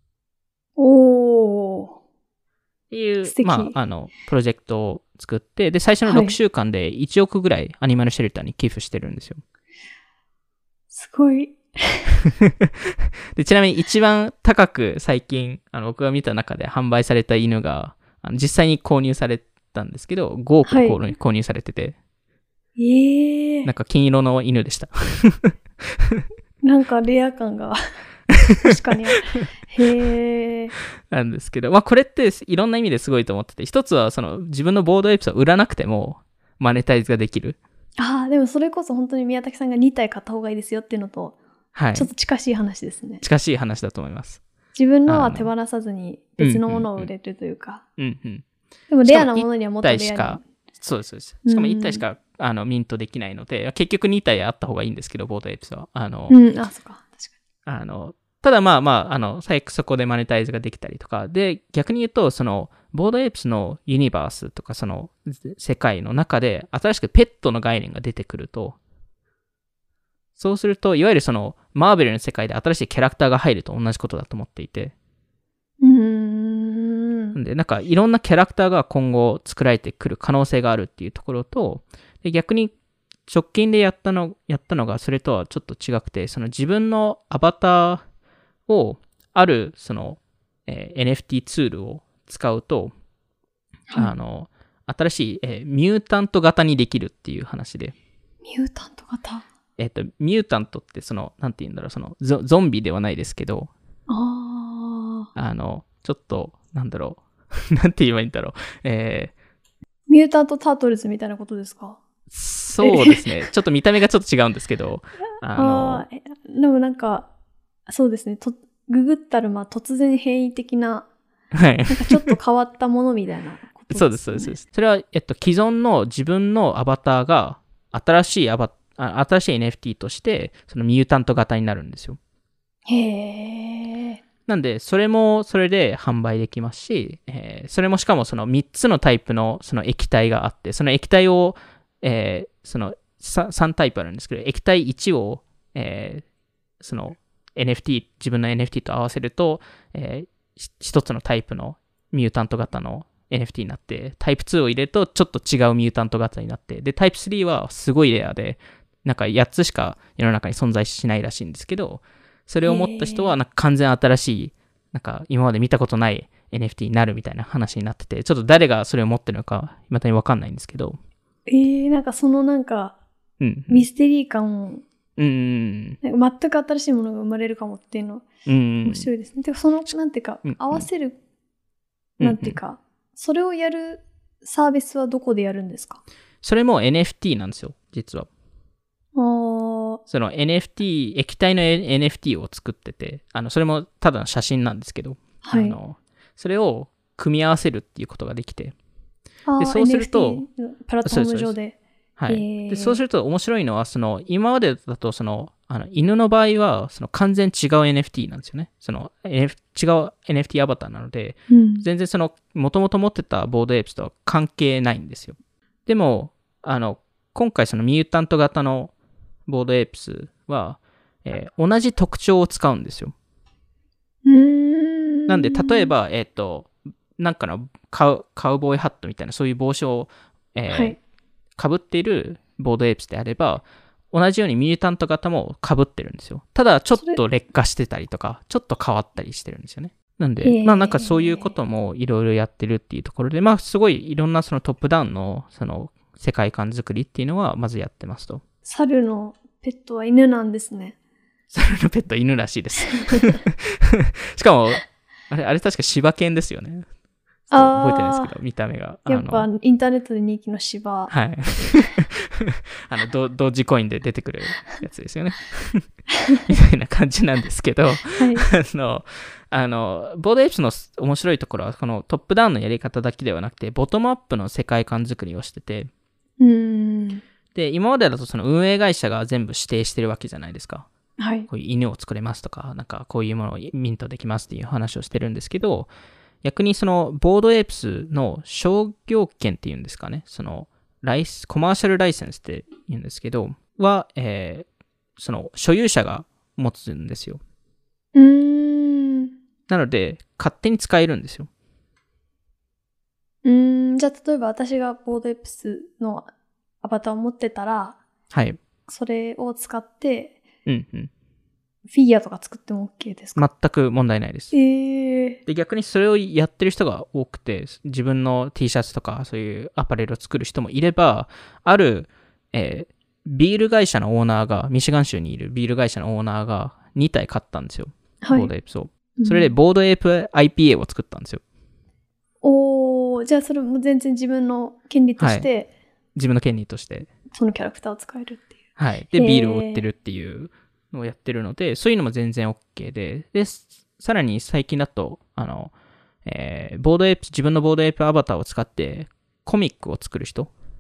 っていう、まあ、プロジェクトを作って、で、最初の6週間で1億ぐらいアニマルシェルターに寄付してるんですよ。 すごい。 で、ちなみに一番高く最近、僕が見た中で販売された犬が、実際に購入されたんですけど、5億購入されてて、なんか金色の犬でした。 なんかレア感が確かにへーなんですけど、まあこれっていろんな意味ですごいと思ってて、一つはその自分のボードエイプスを売らなくてもマネタイズができる。 でもそれこそ本当に宮崎さんが2体買った方がいいですよっていうのと、はい、ちょっと近しい話ですね。 近しい話だと思います。 自分のは手放さずに別のものを売れるというか。でもレアなものにはもっとレアにそうです。しかも1体しか、ミントできないので、結局2体あった方がいいんですけど、ボードエイプスは。 そっか。確かに。ただ最悪そこでマネタイズができたりとか、で、逆に言うと、ボードエイプスのユニバースとか、世界の中で、新しくペットの概念が出てくると、そうすると、いわゆるマーベルの世界で新しいキャラクターが入ると同じことだと思っていて。で、なんかいろんなキャラクターが今後作られてくる可能性があるっていうところと、で逆に直近でやったのがそれとはちょっと違くて、自分のアバターをあるNFT ツールを使うと、新しい、ミュータント型にできるっていう話で。 ミュータント型ミュータントってなんて言うんだろう、ゾンビではないですけど、ちょっと、なんだろう、なんて言えばいいんだろう、 ミュータントタートルズみたいなことですか？ そうですね。ちょっと見た目がちょっと違うんですけど、 でもなんか、そうですね。ググったら、突然変異的な、 はい。 なんかちょっと変わったものみたいなことですね。 そうです。それは、既存の自分のアバターが、新しい NFT として、ミュータント型になるんですよ。 へー。 なんで、それもそれで販売できますし、それもしかも3つのタイプの液体があって、その液体を、3タイプあるんですけど、液体1を、NFT、自分の NFT と合わせると、一つのタイプのミュータント型の NFT になって、タイプ2を入れるとちょっと違うミュータント型になって、で、タイプ3はすごいレアで、なんか8つしか世の中に存在しないらしいんですけど、それを持った人はなんか完全新しい、なんか今まで見たことない NFT になるみたいな話になってて、ちょっと誰がそれを持ってるのか、未だにわかんないんですけど。 なんかなんか、ミステリー感を、なんか全く新しいものが生まれるかもっていうの、面白いですね。でなんていうか、合わせる、なんていうか、それをやるサービスはどこでやるんですか？ それも NFT なんですよ、実は。NFT、液体の NFT を作ってて、それもただの写真なんですけど、 はい、 それを組み合わせるっていうことができて、でそうすると、 NFT プラットフォーム上で。 はい。でそうすると面白いのは、今までだと、犬の場合は、完全違う NFT なんですよね。違う NFT アバターなので、全然もともと持ってたボードエイプスとは関係ないんですよ。でも、今回ミュータント型のボードエイプスは、同じ特徴を使うんですよ。なんで、例えば、なんかのカウボーイハットみたいな、そういう帽子を、被っているボードエイプスであれば、同じようにミュータント型も被ってるんですよ。ただ、ちょっと劣化してたりとか、ちょっと変わったりしてるんですよね。なんで、なんかそういうこともいろいろやってるっていうところで、すごいいろんなトップダウンの世界観作りっていうのはまずやってますと。 猿のペットは犬なんですね。 猿のペットは犬らしいです。しかも、あれ確か柴犬ですよね。覚えてないですけど、見た目が。 やっぱインターネットで人気の柴。 はい。同時コインで出てくるやつですよね。みたいな感じなんですけど、はい、ボードエイプスの面白いところは、このトップダウンのやり方だけではなくて、ボトムアップの世界観作りをしてて、で、今までだと運営会社が全部指定してるわけじゃないですか。 はい。 こういう犬を作れますとか、なんかこういうものをミントできますっていう話をしてるんですけど、逆にボードエイプスの商業権っていうんですかね、コマーシャルライセンスって言うんですけど、は、所有者が持つんですよ。なので、勝手に使えるんですよ。 じゃあ、例えば私がボードエイプスのアバターを持ってたら、 はい。 それを使って、 フィギュアとか作っても OK ですか？ 全く問題ないです。で、逆にそれをやってる人が多くて、自分の T シャツとかそういうアパレルを作る人もいれば、ある、ビール会社のオーナーが、ミシガン州にいるビール会社のオーナーが2体買ったんですよ。ボードエイプスを。それでボードエイプ IPA を作ったんですよ。 じゃあそれも全然自分の権利として、はい、 自分の権利として。 そのキャラクターを使えるっていう。 はい。で、ビールを売ってるっていうのをやってるので、そういうのも全然 OK で、さらに最近だと、ボードエイプ、自分のボードエイプアバターを使ってコミックを作る人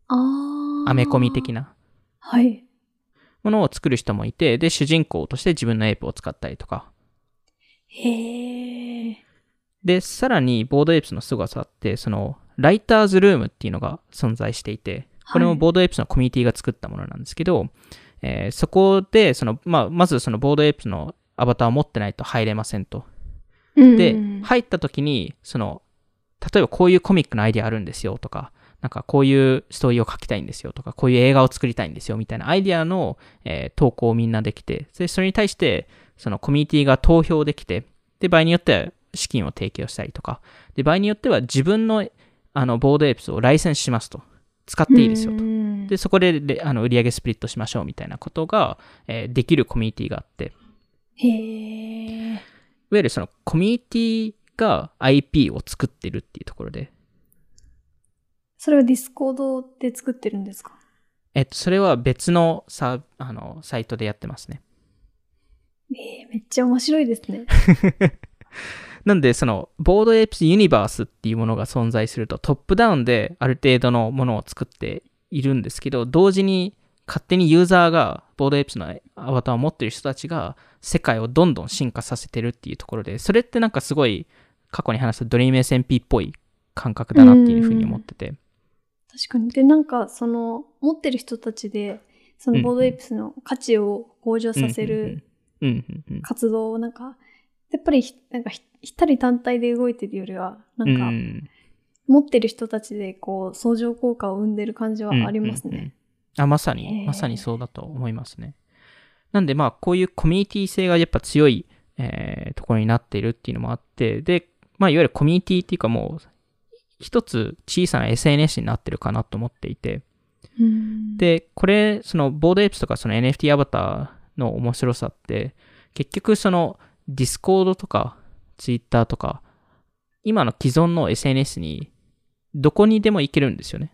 アメコミ的な。 はい。 ものを作る人もいて、で、主人公として自分のエイプを使ったりとか。 へー。 で、さらに、ボードエイプスの凄さって、ライターズルームっていうのが存在していて、これもボードエイプスのコミュニティが作ったものなんですけど、そこで、まずそのボードエイプスのアバターを持ってないと入れませんと。で、入った時に、例えばこういうコミックのアイデアあるんですよとか、なんかこういうストーリーを書きたいんですよとか、こういう映画を作りたいんですよみたいなアイデアの、投稿をみんなできて、で、それに対して、そのコミュニティが投票できて、で、場合によっては資金を提供したりとか、で、場合によっては自分の、ボードエイプスをライセンスしますと。使っていいですよと。で、そこで、売上スプリットしましょうみたいなことが、できるコミュニティがあって。 へー。 いわゆるそのコミュニティが IP を作ってるっていうところで。 それはディスコードで作ってるんですか？ それは別のサイトでやってますね。 めっちゃ面白いですね。 なんで、ボードエイプスユニバースっていうものが存在すると、トップダウンである程度のものを作っているんですけど、同時に勝手にユーザーが、ボードエイプスのアバターを持っている人たちが、世界をどんどん進化させてるっていうところで、それってなんかすごい、過去に話したドリーム SMP っぽい感覚だなっていうふうに思ってて。 確かに。で、なんか、持ってる人たちで、そのボードエイプスの価値を向上させる活動をなんか、やっぱりなんか一人単体で動いてるよりは、なんか、持ってる人たちでこう、相乗効果を生んでる感じはありますね。 まさにそうだと思いますね。なんでまあ、こういうコミュニティ性がやっぱ強い、ところになっているっていうのもあって、で、まあ、いわゆるコミュニティっていうかもう、一つ小さな SNS になってるかなと思っていて、で、これ、ボードエイプスとかその NFT アバターの面白さって、結局ディスコードとかツイッターとか、今の既存の SNS にどこにでも行けるんですよね。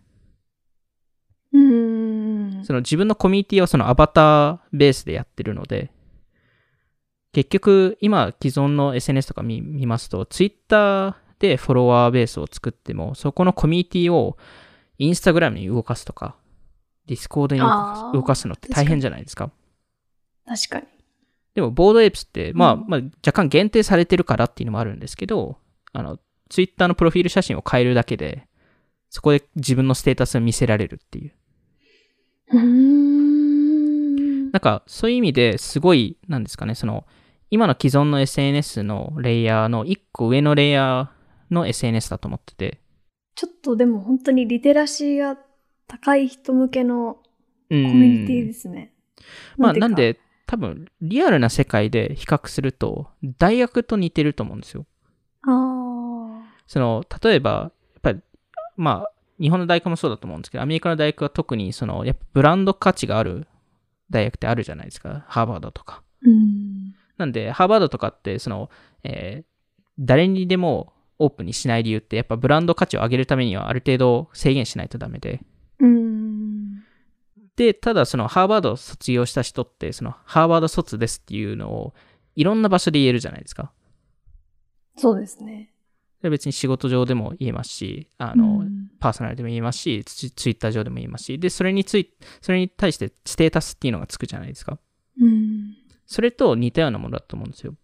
自分のコミュニティはそのアバターベースでやってるので、結局今既存の SNS とか見ますと、ツイッターでフォロワーベースを作っても、そこのコミュニティをインスタグラムに動かすとか、ディスコードに動かすのって大変じゃないですか。 確かに。 でも、ボードエイプスって、まあ、若干限定されてるからっていうのもあるんですけど、ツイッターのプロフィール写真を変えるだけで、そこで自分のステータスを見せられるっていう。なんか、そういう意味ですごい、なんですかね、今の既存の SNS のレイヤーの一個上のレイヤーの SNS だと思ってて。 ちょっとでも本当にリテラシーが高い人向けのコミュニティですね。 まあ、なんで、多分、リアルな世界で比較すると、大学と似てると思うんですよ。例えば、やっぱり、まあ、日本の大学もそうだと思うんですけど、アメリカの大学は特に、やっぱブランド価値がある大学ってあるじゃないですか。ハーバードとか。なんで、ハーバードとかって、誰にでもオープンにしない理由って、やっぱブランド価値を上げるためにはある程度制限しないとダメで。で、ただハーバードを卒業した人って、ハーバード卒ですっていうのをいろんな場所で言えるじゃないですか。 そうですね。 別に仕事上でも言えますし、パーソナルでも言えますし、ツイッター上でも言えますし、で、それに対してステータスっていうのがつくじゃないですか。それと似たようなものだと思うんですよ。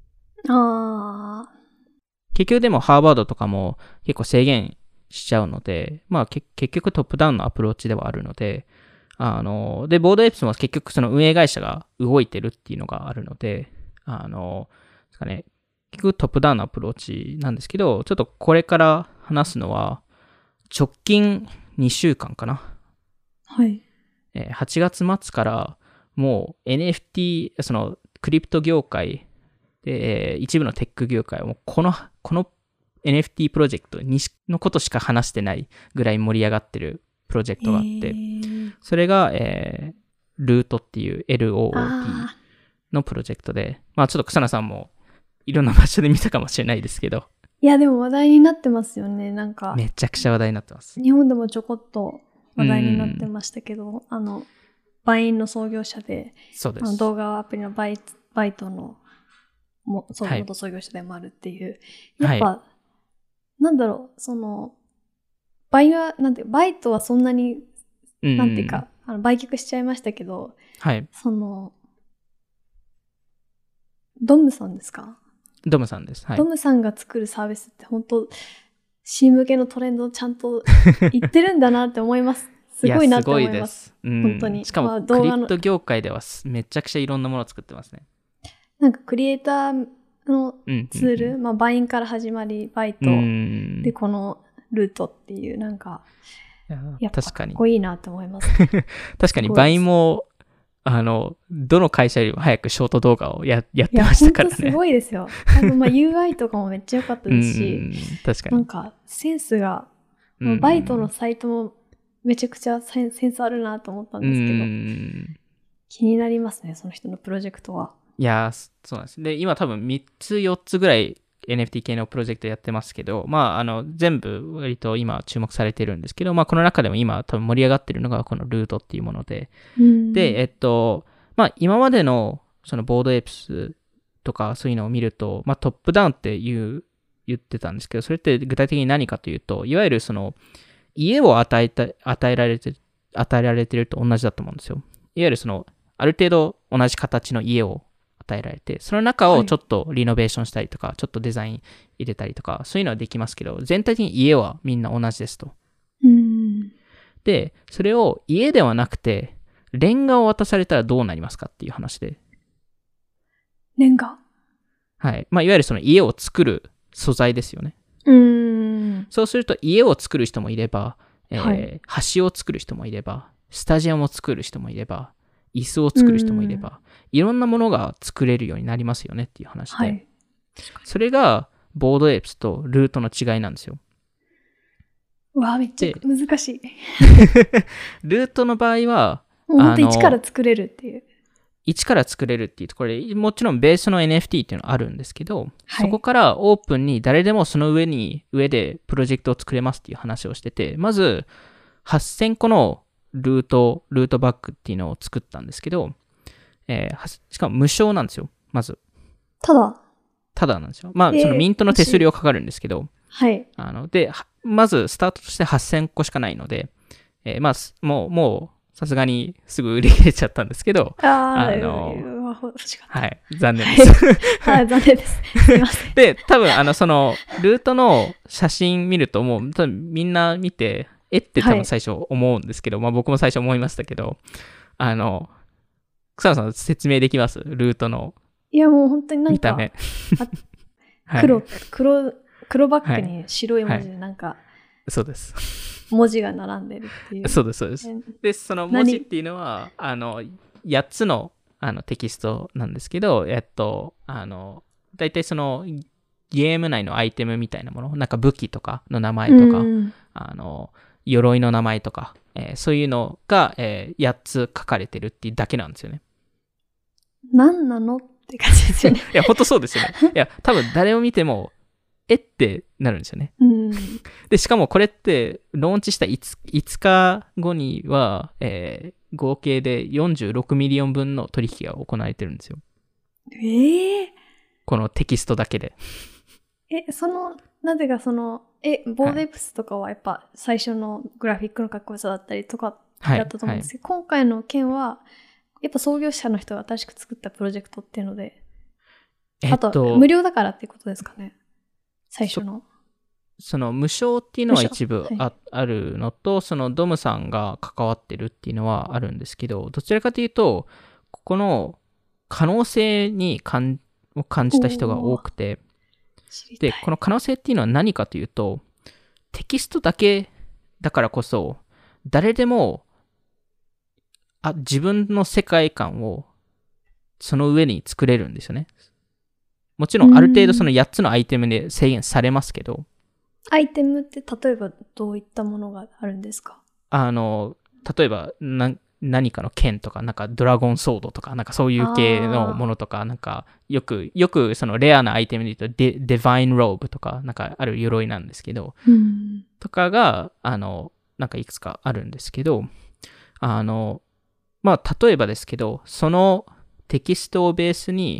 結局でもハーバードとかも結構制限しちゃうので、まあ結局トップダウンのアプローチではあるので、で、ボードエイプスも結局運営会社が動いてるっていうのがあるので、ですかね、結局トップダウンのアプローチなんですけど、ちょっとこれから話すのは、直近2週間かな。 はい。 8月末からもう NFT、クリプト業界で、一部のテック業界はもうこの NFT プロジェクトのことしか話してないぐらい盛り上がってるプロジェクトがあって、それが、ルートっていう LOOT のプロジェクトで、まあちょっと草野さんもいろんな場所で見たかもしれないですけど。 いや、でも話題になってますよね、なんか。 めちゃくちゃ話題になってます。 日本でもちょこっと話題になってましたけど、バインの創業者で、 そうです。 動画アプリのバイトの元創業者でもあるっていう。やっぱ、なんだろう、バイトはそんなになんていうか、売却しちゃいましたけど、 はい。 ドムさんですか？ ドムさんです。はい。 ドムさんが作るサービスって本当、新向けのトレンドをちゃんと言ってるんだなって思います。すごいなって思います。 すごいです。 本当に。 しかも、クリプト業界ではめちゃくちゃいろんなものを作ってますね。 なんかクリエイターのツール、バインから始まり、バイト、で、このルートっていう、なんか、やっぱかっこいいなって思います。 確かに、バインも、どの会社よりも早くショート動画をやってましたからね。 すごいですよ。UI とかもめっちゃ良かったですし、 確かに。 なんか、センスが、バイトのサイトもめちゃくちゃセンスあるなと思ったんですけど、気になりますね、その人のプロジェクトは。 いやー、そうなんです。で、今多分3つ4つぐらい NFT 系のプロジェクトやってますけど、全部割と今注目されてるんですけど、この中でも今多分盛り上がってるのがこのルートっていうもので、で、今までのそのボードエイプスとかそういうのを見ると、トップダウンって言ってたんですけど、それって具体的に何かというと、いわゆるその家を与えられてると同じだと思うんですよ。いわゆるそのある程度同じ形の家を与えられて、その中をちょっとリノベーションしたりとか、ちょっとデザイン入れたりとか、そういうのはできますけど、全体的に家はみんな同じですと。で、それを家ではなくて、レンガを渡されたらどうなりますかっていう話で。 レンガ？ はい。いわゆるその家を作る素材ですよね。そうすると家を作る人もいれば、橋を作る人もいれば、スタジアムを作る人もいれば、椅子を作る人もいれば、いろんなものが作れるようになりますよねっていう話で、それがボードエイプスとルートの違いなんですよ。 うわ、めっちゃ難しい。 ルートの場合は、 本当に一から作れるっていう。 一から作れるっていうところで、もちろんベースの NFT っていうのはあるんですけど、そこからオープンに誰でもその上でプロジェクトを作れますっていう話をしてて、まず8000個のルートバッグっていうのを作ったんですけど、しかも無償なんですよ、まず。ただなんですよ。そのミントの手数料かかるんですけど、で、まずスタートとして8000個しかないので、もうさすがにすぐ売り切れちゃったんですけど、 はい、 残念です。 はい、残念です。すいません。 で、多分、その、ルートの写真見るともう、多分みんな見て、って多分最初思うんですけど、僕も最初思いましたけど、草野さん説明できます？ルートの。 いや、もう本当になんか、 見た目。 黒バッグに白い文字でなんか、 そうです。 文字が並んでるっていう。 そうです、そうです。で、その文字っていうのは、8つのテキストなんですけど、大体そのゲーム内のアイテムみたいなもの、なんか武器とかの名前とか、鎧の名前とか、そういうのが、8つ書かれてるっていうだけなんですよね。 何なのって感じですよね。 いや、ほんとそうですよね。いや、多分誰を見ても、ってなるんですよね。で、しかもこれって、ローンチした 5日後には、合計で46ミリオン分の取引が行われてるんですよ。このテキストだけで。 なぜかボードエプスとかはやっぱ最初のグラフィックのかっこよさだったりとかだったと思うんですけど、今回の件は、やっぱ創業者の人が新しく作ったプロジェクトっていうので、あと、無料だからっていうことですかね。最初の。 その無償っていうのは一部あるのと、そのドムさんが関わってるっていうのはあるんですけど、どちらかというと、ここの可能性を感じた人が多くて、で、この可能性っていうのは何かというと、テキストだけだからこそ、誰でも、自分の世界観をその上に作れるんですよね。もちろんある程度その8つのアイテムで制限されますけど。 アイテムって例えばどういったものがあるんですか？ 例えば何かの剣とか、なんかドラゴンソードとか、なんかそういう系のものとか、なんかよくそのレアなアイテムで言うとディヴァインローブとか、なんかある鎧なんですけど、とかが、なんかいくつかあるんですけど、例えばですけど、そのテキストをベースに、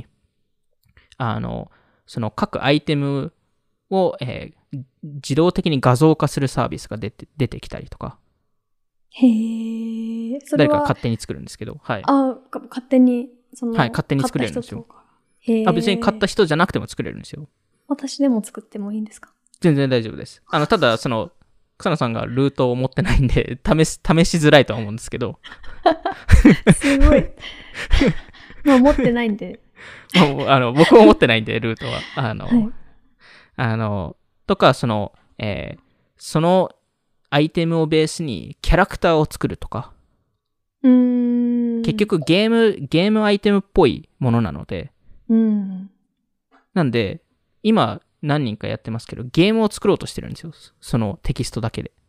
その各アイテムを、自動的に画像化するサービスが出てきたりとか。 へー。 それは誰か勝手に作るんですけど、はい。 勝手に、 はい、勝手に作れるんですよ。別に買った人じゃなくても作れるんですよ。 私でも作ってもいいんですか？ 全然大丈夫です。ただ、草野さんがルートを持ってないんで、試しづらいとは思うんですけど。 すごい。まあ、持ってないんで。 僕も持ってないんで、ルートは。 はい、 とか、そのアイテムをベースにキャラクターを作るとか。結局ゲームアイテムっぽいものなので。なんで、今何人かやってますけど、ゲームを作ろうとしてるんですよ。そのテキストだけで。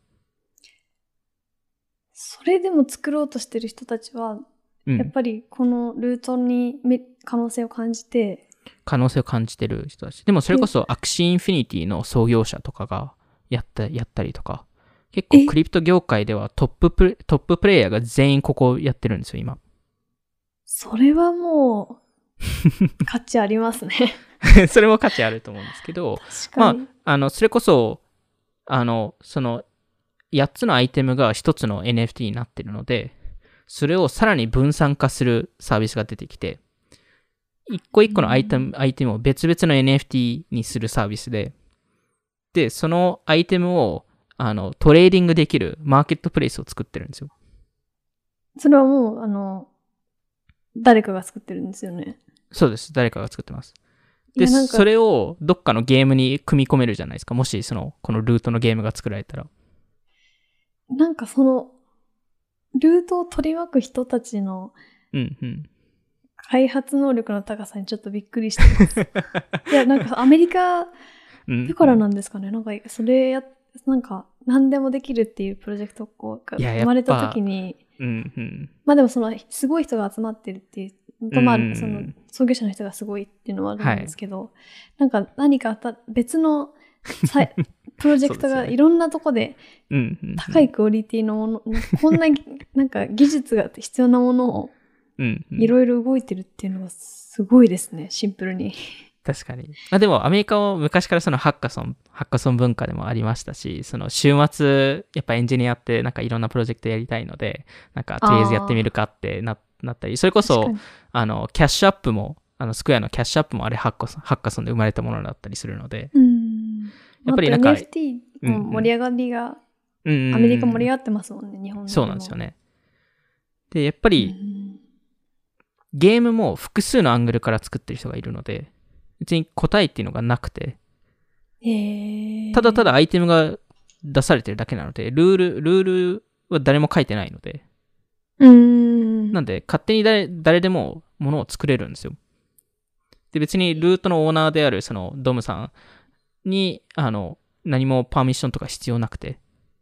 それでも作ろうとしてる人たちは、やっぱりこのルートに可能性を感じてる人たち。でもそれこそアクシーインフィニティの創業者とかがやったりとか。結構クリプト業界ではトッププレイヤーが全員ここやってるんですよ、今。それはもう、価値ありますね。 それも価値あると思うんですけど、まあ、それこそ、その、8つのアイテムが1つの NFT になってるので、それをさらに分散化するサービスが出てきて、一個一個のアイテムを別々の NFT にするサービスで、で、そのアイテムをトレーディングできるマーケットプレイスを作ってるんですよ。 それはもう、誰かが作ってるんですよね。 そうです。誰かが作ってます。で、それをどっかのゲームに組み込めるじゃないですか。もし、このルートのゲームが作られたら。 なんかルートを取り巻く人たちの、開発能力の高さにちょっとびっくりしてます。いや、なんかアメリカだからなんですかね。なんか、なんか、何でもできるっていうプロジェクトが生まれた時に、まあでもすごい人が集まってるっていう、まあ、創業者の人がすごいっていうのはあるんですけど、なんか何か別のプロジェクトがいろんなとこで高いクオリティのもの、こんななんか技術が必要なものをいろいろ動いてるっていうのがすごいですね、シンプルに。 確かに。でもアメリカは昔からハッカソン文化でもありましたし、週末やっぱエンジニアってなんかいろんなプロジェクトやりたいので、なんかとりあえずやってみるかってなったり、それこそキャッシュアップもスクエアのキャッシュアップもあれハッカソンで生まれたものだったりするので、 やっぱりなんか NFT の盛り上がりが、アメリカ盛り上がってますもんね、日本でも。 そうなんですよね。で、やっぱりゲームも複数のアングルから作ってる人がいるので、別に答えっていうのがなくて、ただただアイテムが出されてるだけなので、ルールは誰も書いてないので、なんで勝手に誰でもものを作れるんですよ。で、別にルートのオーナーであるドムさんに何もパーミッションとか必要なくて、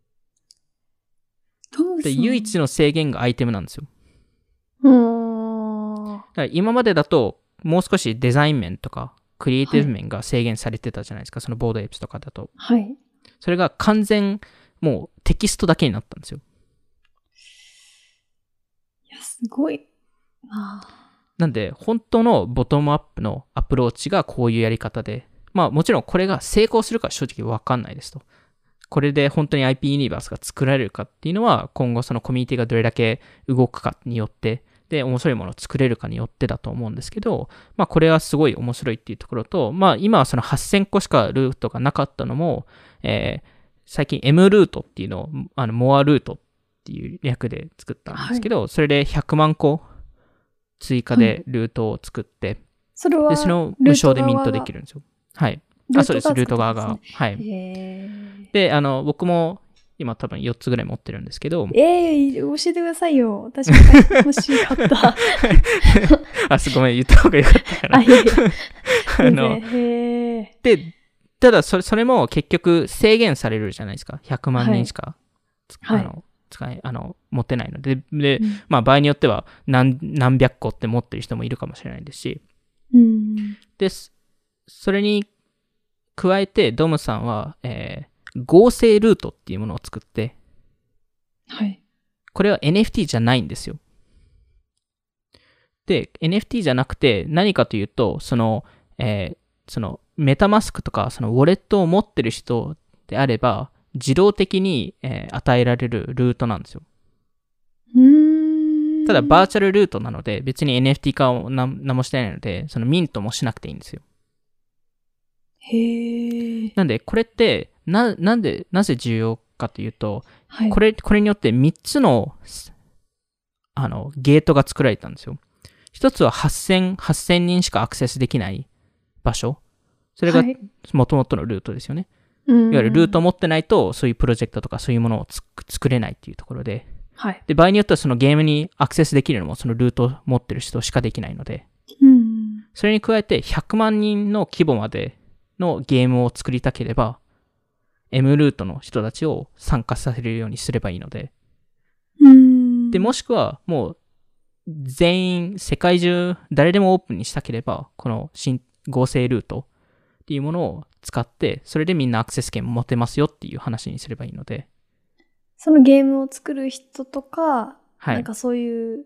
で唯一の制限がアイテムなんですよ。だから今までだともう少しデザイン面とかクリエイティブ面が制限されてたじゃないですか、そのボードエイプスとかだと。 はい。 それが完全もうテキストだけになったんですよ。 いや、すごいなんで本当のボトムアップのアプローチがこういうやり方で、まあもちろんこれが成功するか正直わかんないですと。これで本当に IP ユニバースが作られるかっていうのは今後そのコミュニティがどれだけ動くかによって、で面白いものを作れるかによってだと思うんですけど、まあこれはすごい面白いっていうところと、まあ今はその8000個しかルートがなかったのも、最近 M ルートっていうのをモアルートっていう略で作ったんですけど、それで100万個追加でルートを作って、 それはでその無償でミントできるんですよ。はい。そうです、ルート側が。はい。で、僕も今多分4つぐらい持ってるんですけど。 教えてくださいよ。私も欲しかった。 ごめん、言った方がよかったかな。で、ただそれも結局制限されるじゃないですか。100万人しか、持ってないので。で、まあ場合によっては何百個って持ってる人もいるかもしれないですし。で、それに加えてドムさんは、合成ルートっていうものを作って、 はい。 これは NFT じゃないんですよ。で、NFT じゃなくて何かというと、そのメタマスクとかそのウォレットを持ってる人であれば自動的に、与えられるルートなんですよ。 ただバーチャルルートなので別に NFT 化を何もしてないので、そのミントもしなくていいんですよ。 へえ。 なんでこれってなぜ重要かというと、 はい、 これによって3つのゲートが作られたんですよ。一つは8000人しかアクセスできない場所。それが元々のルートですよね。いわゆるルートを持ってないとそういうプロジェクトとかそういうものを作れないっていうところで。 はい、 で、場合によってはそのゲームにアクセスできるのもそのルートを持ってる人しかできないので。それに加えて100万人の規模までのゲームを作りたければ、M ルートの人たちを参加させるようにすればいいので。で、もしくはもう全員、世界中、誰でもオープンにしたければ、この合成ルートっていうものを使って、それでみんなアクセス権持てますよっていう話にすればいいので。 そのゲームを作る人とか、 はい、 なんかそういう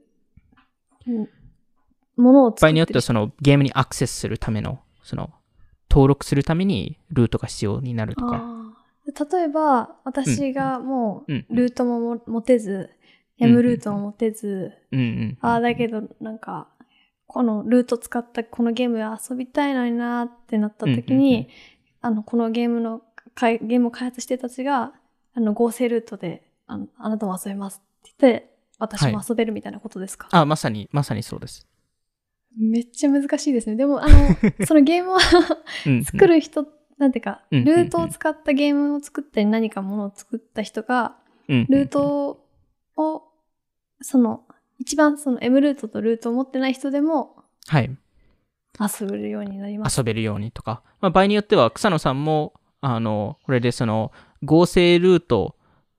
ものを作ってる人。 場合によってはそのゲームにアクセスするための、その登録するためにルートが必要になるとか。 例えば、私がもうルートも持てず、M ルートも持てず、だけどなんか、このルート使ったこのゲーム遊びたいのになってなった時に、このゲームを開発してたちが、合成ルートであなたも遊べますって言って、私も遊べるみたいなことですか？ まさにそうです。 めっちゃ難しいですね。でも、そのゲームを作る人、なんていうか、ルートを使ったゲームを作ったり何かものを作った人が、ルートを、一番その M ルートとルートを持ってない人でも、 はい。 遊べるようになります。 遊べるようにとか。場合によっては、草野さんも、これでその、合成ルート、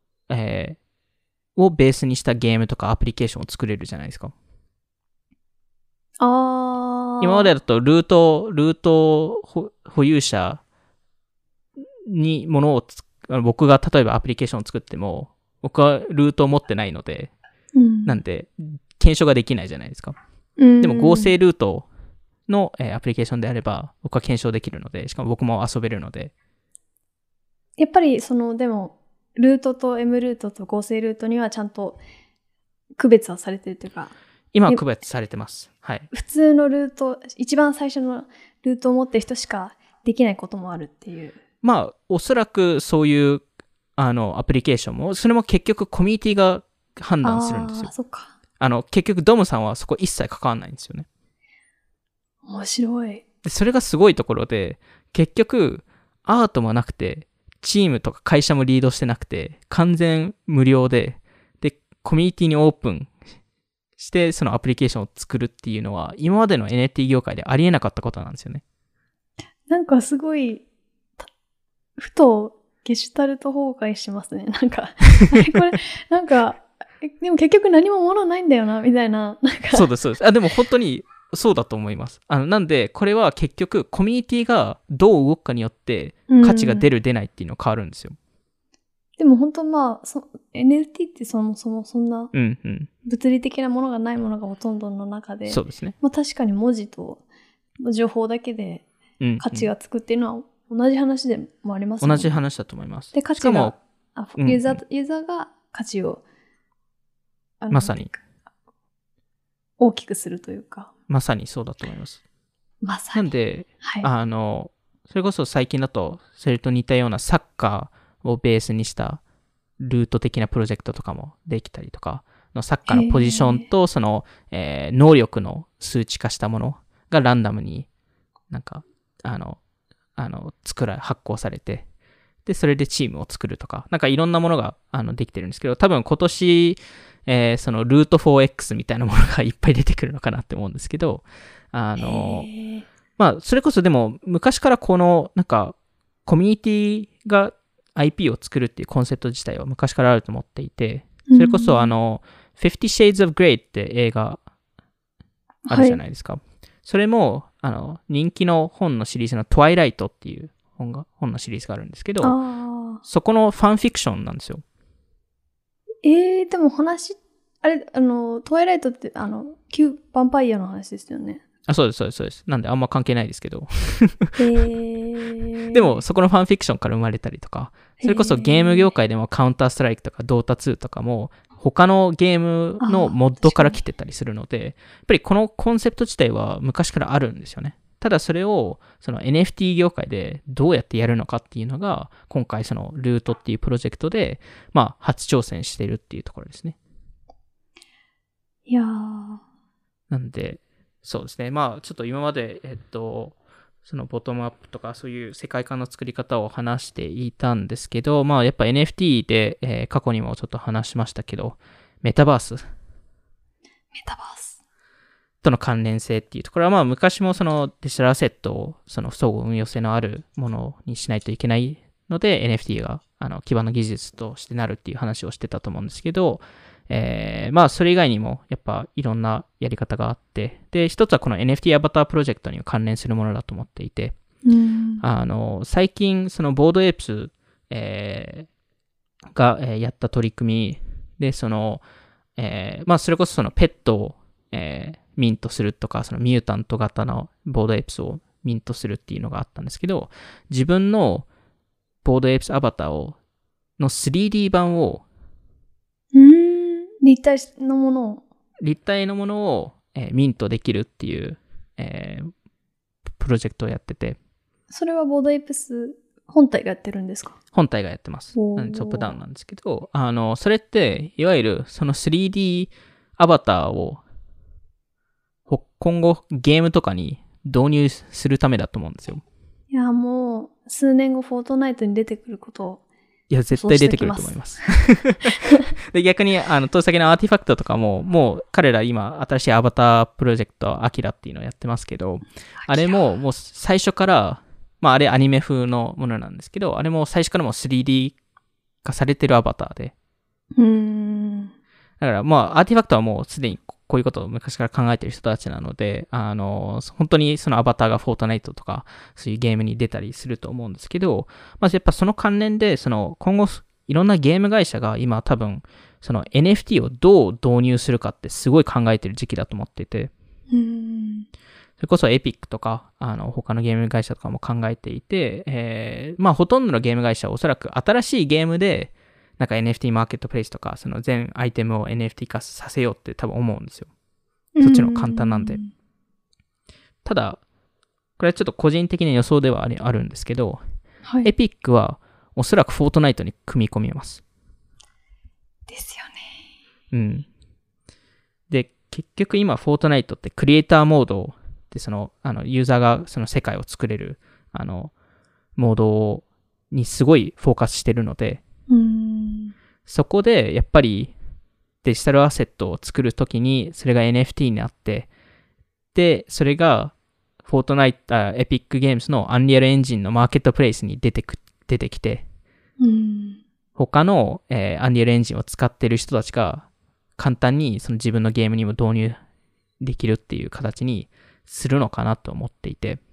をベースにしたゲームとかアプリケーションを作れるじゃないですか。今までだとルート保有者にものを僕が例えばアプリケーションを作っても、僕はルートを持ってないので、なんで検証ができないじゃないですか。でも合成ルートの、アプリケーションであれば僕は検証できるので、しかも僕も遊べるので。 やっぱりでもルートと M ルートと合成ルートにはちゃんと区別はされてるというか。 今は区別されてます。はい。 普通のルート、一番最初のルートを持ってる人しかできないこともあるっていう。 おそらくそういうアプリケーションも、それも結局コミュニティが判断するんですよ。 そっか。 結局ドムさんはそこ一切関わんないんですよね。 面白い。 それがすごいところで、結局アートもなくて、チームとか会社もリードしてなくて、完全無料で、コミュニティにオープンしてそのアプリケーションを作るっていうのは、今までの NFT 業界でありえなかったことなんですよね。 なんかすごい、ふとゲシュタルト崩壊しますね。なんか、これ、なんか、でも結局何も物ないんだよな、みたいな。 そうです、そうです。でも本当にそうだと思います。なんで、これは結局コミュニティがどう動くかによって価値が出る出ないっていうのが変わるんですよ。 でも本当NFT ってそもそもそんな物理的なものがないものがほとんどの中で、 そうですね。確かに文字と情報だけで価値がつくっていうのは同じ話でもありますね。 同じ話だと思います。 で、価値が、ユーザーが価値をまさに大きくするというか。 まさにそうだと思います。 まさに。 なんで、それこそ最近だとそれと似たようなサッカーをベースにしたルート的なプロジェクトとかもできたりとか、サッカーのポジションとその、能力の数値化したものがランダムになんか発行されて、でそれでチームを作るとか、なんかいろんなものができてるんですけど、多分今年、そのルート 4X みたいなものがいっぱい出てくるのかなって思うんですけど、それこそでも昔からこのなんかコミュニティがIP を作るっていうコンセプト自体は昔からあると思っていて、それこそ50 Shades of Grey って映画あるじゃないですか。それも人気の本のシリーズの Twilight っていう本のシリーズがあるんですけど、そこのファンフィクションなんですよ。 でもあれ、Twilight って旧ヴァンパイアの話ですよね。 そうです。なんであんま関係ないですけど。でもそこのファンフィクションから生まれたりとか、それこそゲーム業界でもカウンターストライクとかドータ2とかも他のゲームのモッドから来てたりするので、やっぱりこのコンセプト自体は昔からあるんですよね。ただそれをその NFT 業界でどうやってやるのかっていうのが、今回そのルートっていうプロジェクトで、まあ初挑戦しているっていうところですね。 いやー。 なんで、そうですね。まあちょっと今まで、そのボトムアップとかそういう世界観の作り方を話していたんですけど、まあやっぱ NFT で、過去にもちょっと話しましたけど、メタバースとの関連性っていうところは、まあ昔もそのデジタルアセットをその相互運用性のあるものにしないといけないので NFT が基盤の技術としてなるっていう話をしてたと思うんですけど、まあそれ以外にもやっぱいろんなやり方があって、で一つはこの NFT アバタープロジェクトには関連するものだと思っていて、最近そのボードエイプス、が、やった取り組みでその、まあそれこそそのペットを、ミントするとか、そのミュータント型のボードエイプスをミントするっていうのがあったんですけど、自分のボードエイプスアバターの 3D 版を立体のものを、ミントできるっていう、プロジェクトをやってて。 それはボードエイプス本体がやってるんですか？ 本体がやってます。トップダウンなんですけど、それって、いわゆるその 3D アバターを今後ゲームとかに導入するためだと思うんですよ。 いや、もう数年後フォートナイトに出てくることを。 いや、絶対出てくると思います。で、逆に、投資先のアーティファクトとかも、もう彼ら今、新しいアバタープロジェクト、アキラっていうのをやってますけど、あれも、もう最初から、まあ、あれアニメ風のものなんですけど、あれも最初からもう 3D 化されてるアバターで。だから、まあ、アーティファクトはもうすでにこういうことを昔から考えてる人たちなので、本当にそのアバターがフォートナイトとか、そういうゲームに出たりすると思うんですけど、まずやっぱその関連で、その今後、いろんなゲーム会社が今多分、その NFT をどう導入するかってすごい考えてる時期だと思っていて、それこそエピックとか、他のゲーム会社とかも考えていて、まあほとんどのゲーム会社はおそらく新しいゲームで、なんか NFT マーケットプレイスとか、その全アイテムを NFT 化させようって多分思うんですよ。そっちの簡単なんで。ただ、これはちょっと個人的な予想ではあるんですけど、はい、エピックはおそらくフォートナイトに組み込みます。 ですよね。 うん。で、結局今フォートナイトってクリエイターモードでその、ユーザーがその世界を作れる、モードにすごいフォーカスしてるので、そこでやっぱりデジタルアセットを作るときにそれが NFT になって、で、それがフォートナイト、エピックゲームズのアンリアルエンジンのマーケットプレイスに出てきて、他の、アンリアルエンジンを使っている人たちが簡単にその自分のゲームにも導入できるっていう形にするのかなと思っていて。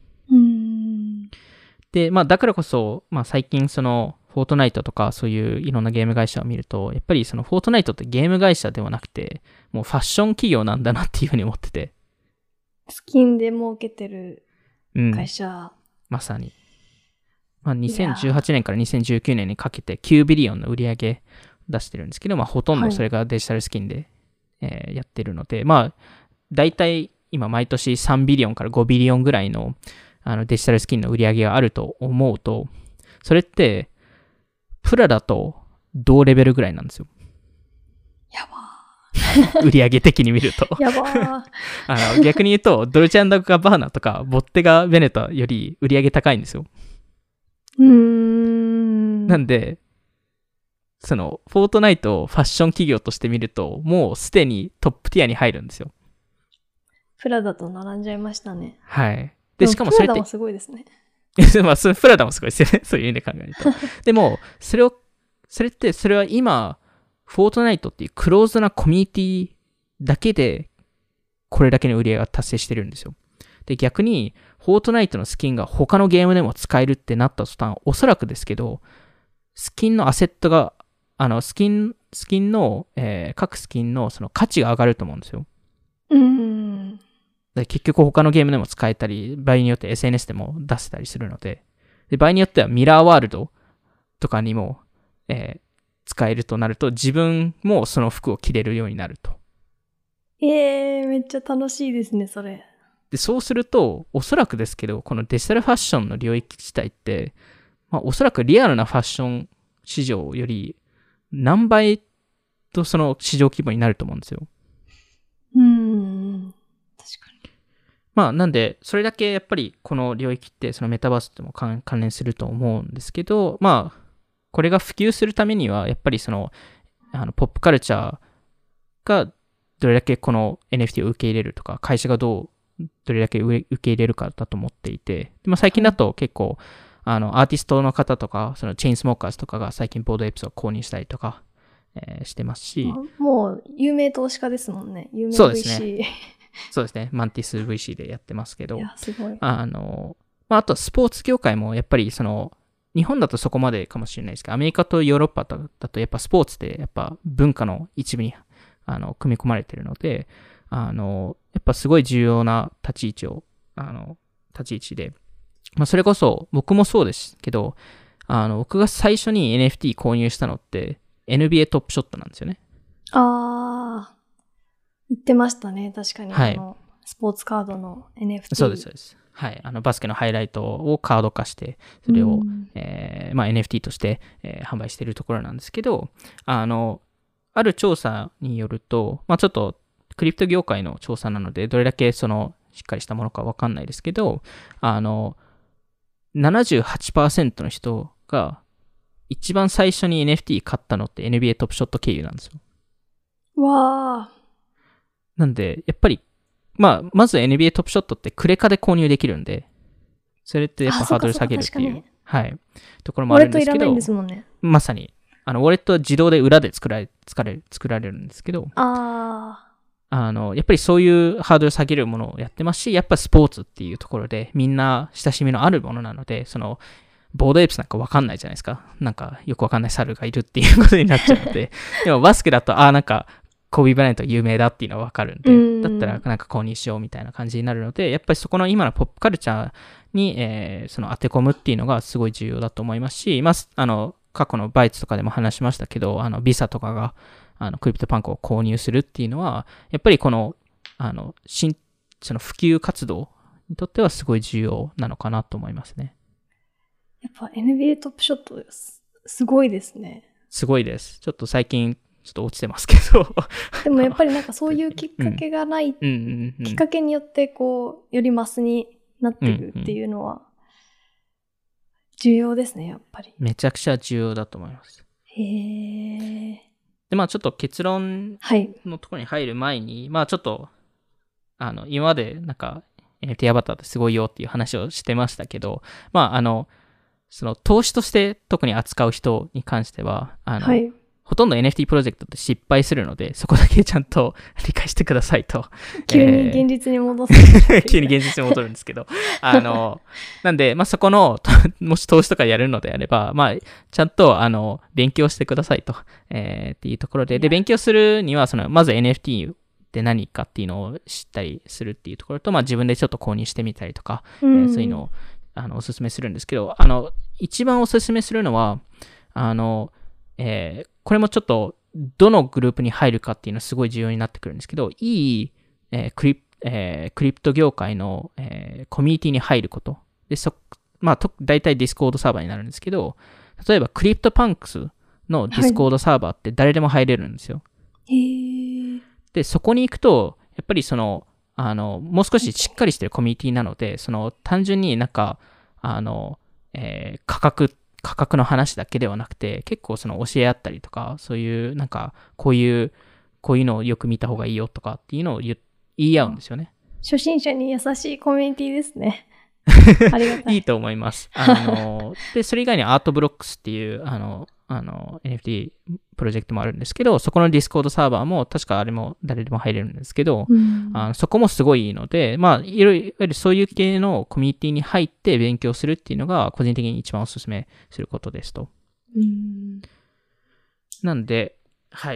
で、まあだからこそ、まあ最近そのフォートナイトとかそういういろんなゲーム会社を見ると、やっぱりそのフォートナイトってゲーム会社ではなくて、もうファッション企業なんだなっていうふうに思ってて。 スキンで儲けてる会社。 まさに。まあ2018年から2019年にかけて9ビリオンの売り上げ出してるんですけど、まあほとんどそれがデジタルスキンで、やってるので、まあ大体今毎年3ビリオンから5ビリオンぐらいのデジタルスキンの売り上げがあると思うと、それってプラダと同レベルぐらいなんですよ。 やばー。売り上げ的に見ると。 やばー。逆に言うと、ドルチェ&ガバーナとか、ボッテガ・ベネタより売り上げ高いんですよ。なんで、その、フォートナイトをファッション企業として見ると、もうすでにトップティアに入るんですよ。 プラダと並んじゃいましたね。 はい。で、しかもそれって。プラダもすごいですね。 まあ、プラダもすごいですよね。そういう意味で考えると。でも、それは今、フォートナイトっていうクローズなコミュニティだけで、これだけの売り上げが達成してるんですよ。で、逆に、フォートナイトのスキンが他のゲームでも使えるってなった途端、おそらくですけど、スキンのアセットが、スキンの、各スキンのその価値が上がると思うんですよ。結局他のゲームでも使えたり、場合によって SNS でも出せたりするので、場合によってはミラーワールドとかにも、 使えるとなると、自分もその服を着れるようになると。 めっちゃ楽しいですね、それ。 で、そうすると、おそらくですけど、このデジタルファッションの領域自体って、おそらくリアルなファッション市場より何倍とその市場規模になると思うんですよ。 確かに。なんで、それだけやっぱりこの領域ってそのメタバースとも関連すると思うんですけど、これが普及するためには、やっぱりその、ポップカルチャーがどれだけこの NFT を受け入れるとか、会社がどれだけ受け入れるかだと思っていて、で最近だと結構、アーティストの方とか、そのチェインスモーカーズとかが最近ボードエイプスを購入したりとか、してますし。 もう有名投資家ですもんね。有名 VC。 そうですね。そうですね。マンティス VC でやってますけど。 いや、すごい。 あとスポーツ業界もやっぱりその、日本だとそこまでかもしれないですけど、アメリカとヨーロッパだとやっぱスポーツってやっぱ文化の一部に組み込まれてるので、やっぱすごい重要な立ち位置で、それこそ僕もそうですけど、僕が最初に NFT 購入したのって NBA トップショットなんですよね。 言ってましたね、確かに。 はい。 スポーツカードの NFT。 そうです、そうです。はい。バスケのハイライトをカード化して、それを、NFT として、販売しているところなんですけど、ある調査によると、ちょっとクリプト業界の調査なので、どれだけその、しっかりしたものかわかんないですけど、78% の人が、一番最初に NFT 買ったのって NBA トップショット経由なんですよ。 わー。 なんで、やっぱり、まず NBA トップショットってクレカで購入できるんで、それってやっぱハードル下げるっていう、はい、ところもあるんですけど、 ウォレットいらないんですもんね。 まさに、ウォレットは自動で裏で作られるんですけど、やっぱりそういうハードル下げるものをやってますし、やっぱスポーツっていうところでみんな親しみのあるものなので、その、ボードエイプスなんかわかんないじゃないですか。なんかよくわかんない猿がいるっていうことになっちゃうので、でもバスケだと、なんか、コービー・ブライアント有名だっていうのはわかるんで、だったらなんか購入しようみたいな感じになるので、やっぱりそこの今のポップカルチャーに、その当て込むっていうのがすごい重要だと思いますし、過去のバイツとかでも話しましたけど、ビサとかが、クリプトパンクを購入するっていうのは、やっぱりこの、その普及活動にとってはすごい重要なのかなと思いますね。 やっぱ NBA トップショットすごいですね。 すごいです。ちょっと最近、ちょっと落ちてますけど。 でもやっぱりなんかそういうきっかけがない、きっかけによってこう、よりマスになってるっていうのは、重要ですね、やっぱり。 めちゃくちゃ重要だと思います。 へー。 で、ちょっと結論のところに入る前に、ちょっと、今までなんか NFT アバターってすごいよっていう話をしてましたけど、その投資として特に扱う人に関しては、ほとんど NFT プロジェクトって失敗するので、そこだけちゃんと理解してくださいと。 急に現実に戻す。 急に現実に戻るんですけど。なんで、そこの、もし投資とかやるのであれば、ちゃんと、勉強してくださいと、っていうところで、勉強するには、まず NFT って何かっていうのを知ったりするっていうところと、自分でちょっと購入してみたりとか、そういうのを、おすすめするんですけど、一番おすすめするのは、これもちょっとどのグループに入るかっていうのはすごい重要になってくるんですけど、いい、クリプト業界の、コミュニティに入ること。で、大体ディスコードサーバーになるんですけど、例えばクリプトパンクスのディスコードサーバーって誰でも入れるんですよ。で、そこに行くと、やっぱりもう少ししっかりしてるコミュニティなので、単純になんか、価格の話だけではなくて、結構教え合ったりとか、そういうなんか、こういうのをよく見た方がいいよとかっていうのを言い合うんですよね。 初心者に優しいコミュニティですね。ありがたい。 いいと思います。で、それ以外にアートブロックスっていう、NFT プロジェクトもあるんですけど、そこのディスコードサーバーも、確かあれも誰でも入れるんですけど、そこもすごいいいので、いわゆるそういう系のコミュニティに入って勉強するっていうのが、個人的に一番お勧めすることですと。なんで、はい、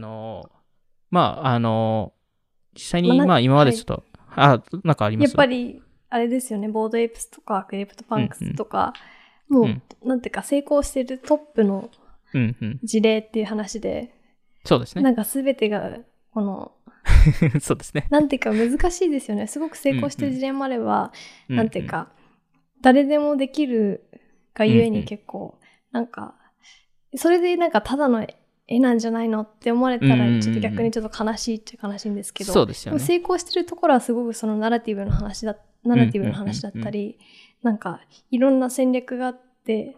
実際に、今までちょっと、なんかあります？ やっぱり、あれですよね、ボードエイプスとか、クリプトパンクスとか、もう、なんていうか、成功してるトップの事例っていう話で、 そうですね。 なんか全てがこのそうですね。 なんていうか難しいですよね。すごく成功してる事例もあれば、なんていうか誰でもできるがゆえに結構なんかそれでなんかただの絵なんじゃないのって思われたらちょっと逆にちょっと悲しいっちゃ悲しいんですけど、 そうですよね。 でも成功してるところはすごくそのナラティブの話だったり、なんかいろんな戦略があって、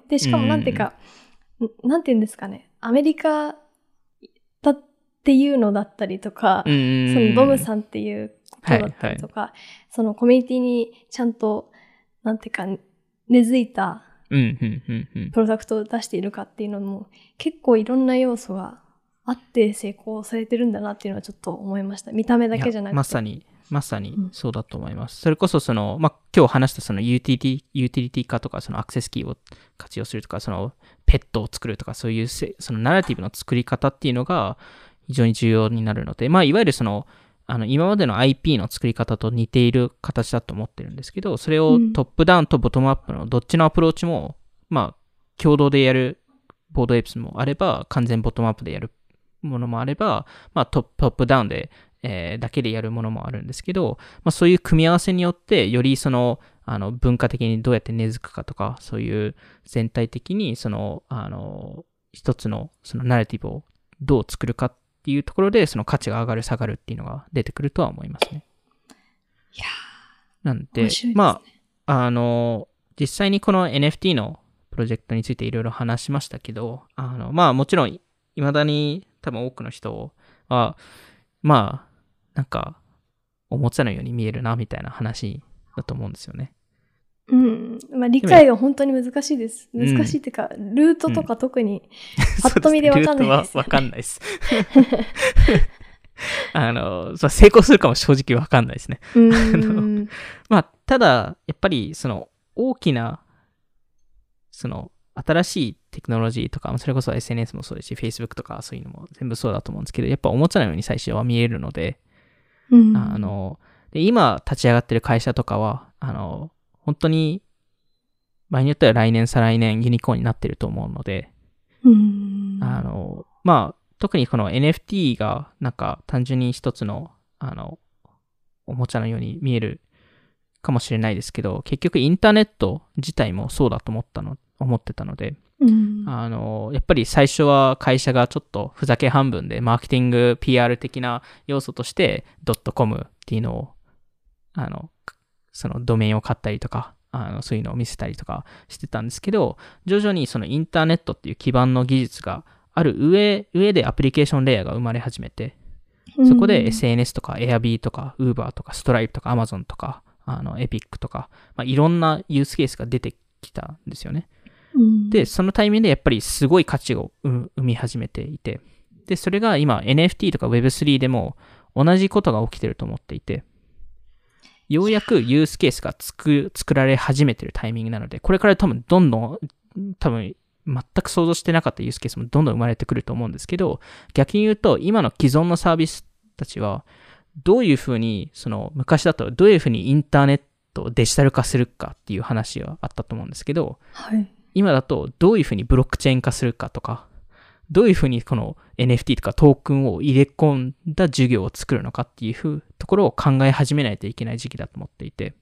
でしかもなんていうか、なんていうんですかね、アメリカだっていうのだったりとか、そのドムさんっていうことだったりとか、そのコミュニティにちゃんとなんていうか根付いたプロダクトを出しているかっていうのも結構いろんな要素があって成功されてるんだなっていうのはちょっと思いました。見た目だけじゃなくて。 まさにそうだと思います。それこそ今日話したそのユーティリティ化とか、そのアクセスキーを活用するとか、そのペットを作るとか、そういうそのナラティブの作り方っていうのが非常に重要になるので、いわゆる今までの IP の作り方と似ている形だと思ってるんですけど、それをトップダウンとボトムアップのどっちのアプローチも、共同でやるボードエイプスもあれば、完全ボトムアップでやるものもあれば、トップダウンで、だけでやるものもあるんですけど、そういう組み合わせによって、より文化的にどうやって根付くかとか、そういう全体的に一つのナラティブをどう作るかっていうところで、その価値が上がる下がるっていうのが出てくるとは思いますね。 いやなんで、実際にこの NFT のプロジェクトについていろいろ話しましたけど、もちろん、未だに多分多くの人は、なんか、おもちゃのように見えるな、みたいな話だと思うんですよね。 理解が本当に難しいです。難しいっていうか、ルートとか特に、パッと見でわかんないです。 ルートはわかんないです。成功するかも正直わかんないですね。ただ、やっぱり、大きな、新しいテクノロジーとか、それこそ SNS もそうですし、Facebook とかそういうのも全部そうだと思うんですけど、やっぱおもちゃのように最初は見えるので、で今立ち上がってる会社とかは、本当に、場合によっては来年再来年ユニコーンになってると思うので、特にこの NFT がなんか単純に一つの、おもちゃのように見えるかもしれないですけど、結局インターネット自体もそうだと思ってたので、やっぱり最初は会社がちょっとふざけ半分でマーケティング PR 的な要素として.com っていうのをそのドメインを買ったりとかそういうのを見せたりとかしてたんですけど、徐々にそのインターネットっていう基盤の技術がある上でアプリケーションレイヤーが生まれ始めて、そこで SNS とか Airb とか Uber とか Stripe とか Amazon とかEpic とか、いろんなユースケースが出てきたんですよね。で、そのタイミングでやっぱりすごい価値を生み始めていて、で、それが今 NFT とか Web3 でも同じことが起きてると思っていて、ようやくユースケースが作られ始めてるタイミングなので、これからどんどん全く想像してなかったユースケースもどんどん生まれてくると思うんですけど、逆に言うと今の既存のサービスたちはどういうふうに昔だとどういうふうにインターネットをデジタル化するかっていう話があったと思うんですけど、今だとどういうふうにブロックチェーン化するかとか、どういうふうにこの NFT とかトークンを入れ込んだ授業を作るのかっていうところを考え始めないといけない時期だと思っていて。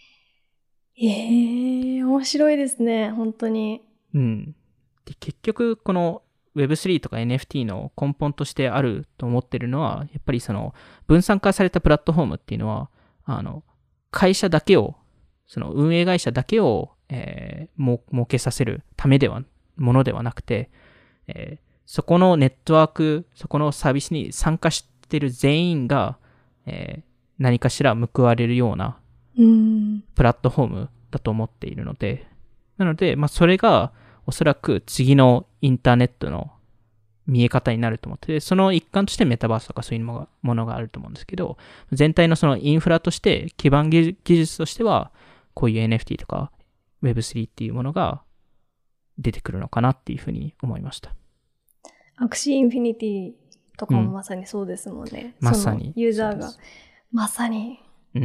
面白いですね、本当に。 で、結局この Web3 とか NFT の根本としてあると思ってるのは、やっぱり分散化されたプラットフォームっていうのは、会社だけを、運営会社だけを、儲けさせるためものではなくて、そこのネットワーク、そこのサービスに参加している全員が、何かしら報われるようなプラットフォームだと思っているので、なので、それがおそらく次のインターネットの見え方になると思ってて、その一環としてメタバースとかそういうものがあると思うんですけど、全体のそのインフラとして基盤技術としてはこういう NFT とか Web3 っていうものが出てくるのかなっていうふうに思いました。 アクシーインフィニティとかもまさにそうですもんね。 まさに。 ユーザーが。まさに。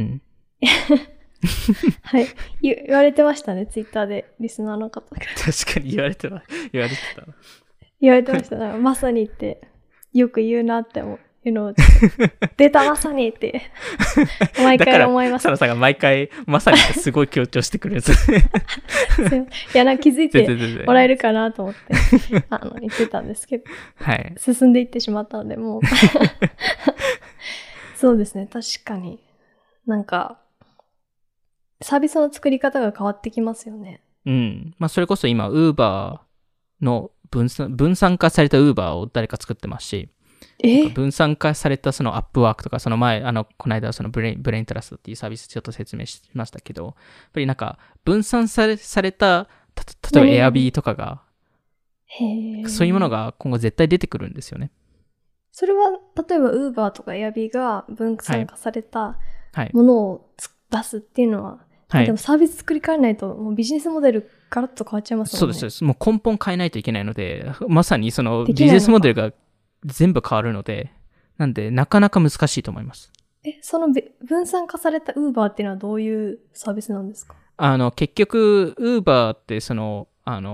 はい。 言われてましたね、ツイッターで、リスナーの方が。 確かに言われてた。 言われてました。なんかまさにってよく言うなっていうのを出たまさにって毎回思います。 サラさんが毎回まさにってすごい強調してくるやつ。いや、なんか気づいてもらえるかなと思って言ってたんですけど、 はい、 進んでいってしまったので、もうそうですね、確かになんかサービスの作り方が変わってきますよね。 うん。まあそれこそ今 Uber の分散化された Uber を誰か作ってますし、分散化されたそのアップワークとか、その前、この間そのブレイントラストっていうサービスちょっと説明しましたけど、やっぱりなんか分散された、例えば Airb とかが、そういうものが今後絶対出てくるんですよね。 それは、例えば Uber とか Airb が分散化されたものを出すっていうのは、はい、でもサービス作り変えないと、もうビジネスモデルガラッと変わっちゃいますもんね。 そうです。もう根本変えないといけないので、まさにそのビジネスモデルが全部変わるので、なんでなかなか難しいと思います。 その分散化された Uber っていうのはどういうサービスなんですか？ 結局 Uber ってその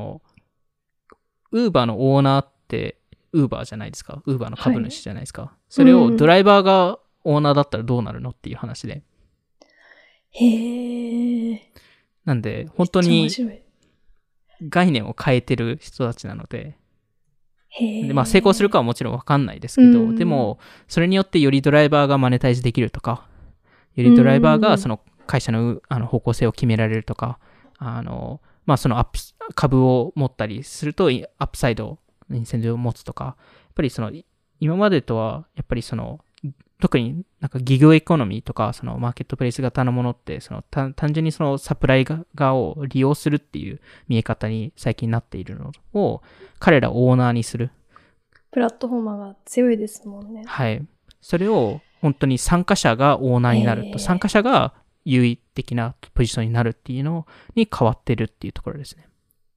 Uber のオーナーってUber じゃないですか。Uber の株主じゃないですか。はい、それをドライバーがオーナーだったらどうなるのっていう話で。 へー。 なんで本当に概念を変えてる人たちなので。でまあ、成功するかはもちろん分かんないですけど、でもそれによってよりドライバーがマネタイズできるとか、よりドライバーがその会社の方向性を決められるとか、まあ、その株を持ったりするとアップサイドインセンティブを持つとか、やっぱりその今までとはやっぱりその特になんかギグエコノミーとかそのマーケットプレイス型のものってその単純にそのサプライ側を利用するっていう見え方に最近なっているのを彼らをオーナーにするプラットフォーマーが強いですもんね。 はい。それを本当に参加者がオーナーになると、参加者が優位的なポジションになるっていうのに変わってるっていうところですね。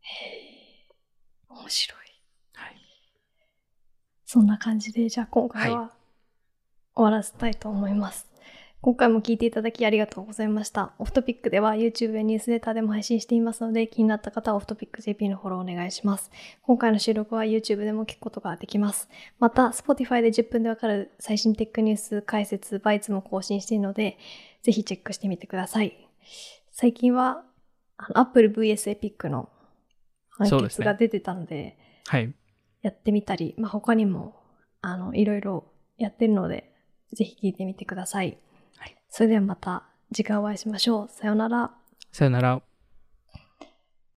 面白い。 はい。 そんな感じで、じゃあ今回は終わらせたいと思います。今回も聞いていただきありがとうございました。オフトピックでは YouTube やニュースレターでも配信していますので、気になった方はオフトピック JP のフォローお願いします。今回の収録は YouTube でも聞くことができます。また、Spotify で10分でわかる最新テックニュース解説、バイツも更新しているので、ぜひチェックしてみてください。最近は、Apple vs Epic の判決が出てたので、 はい。 やってみたり、まあ、他にも、いろいろやってるので、ぜひ聞いてみてください。それではまた次回お会いしましょう。さようなら。 さようなら。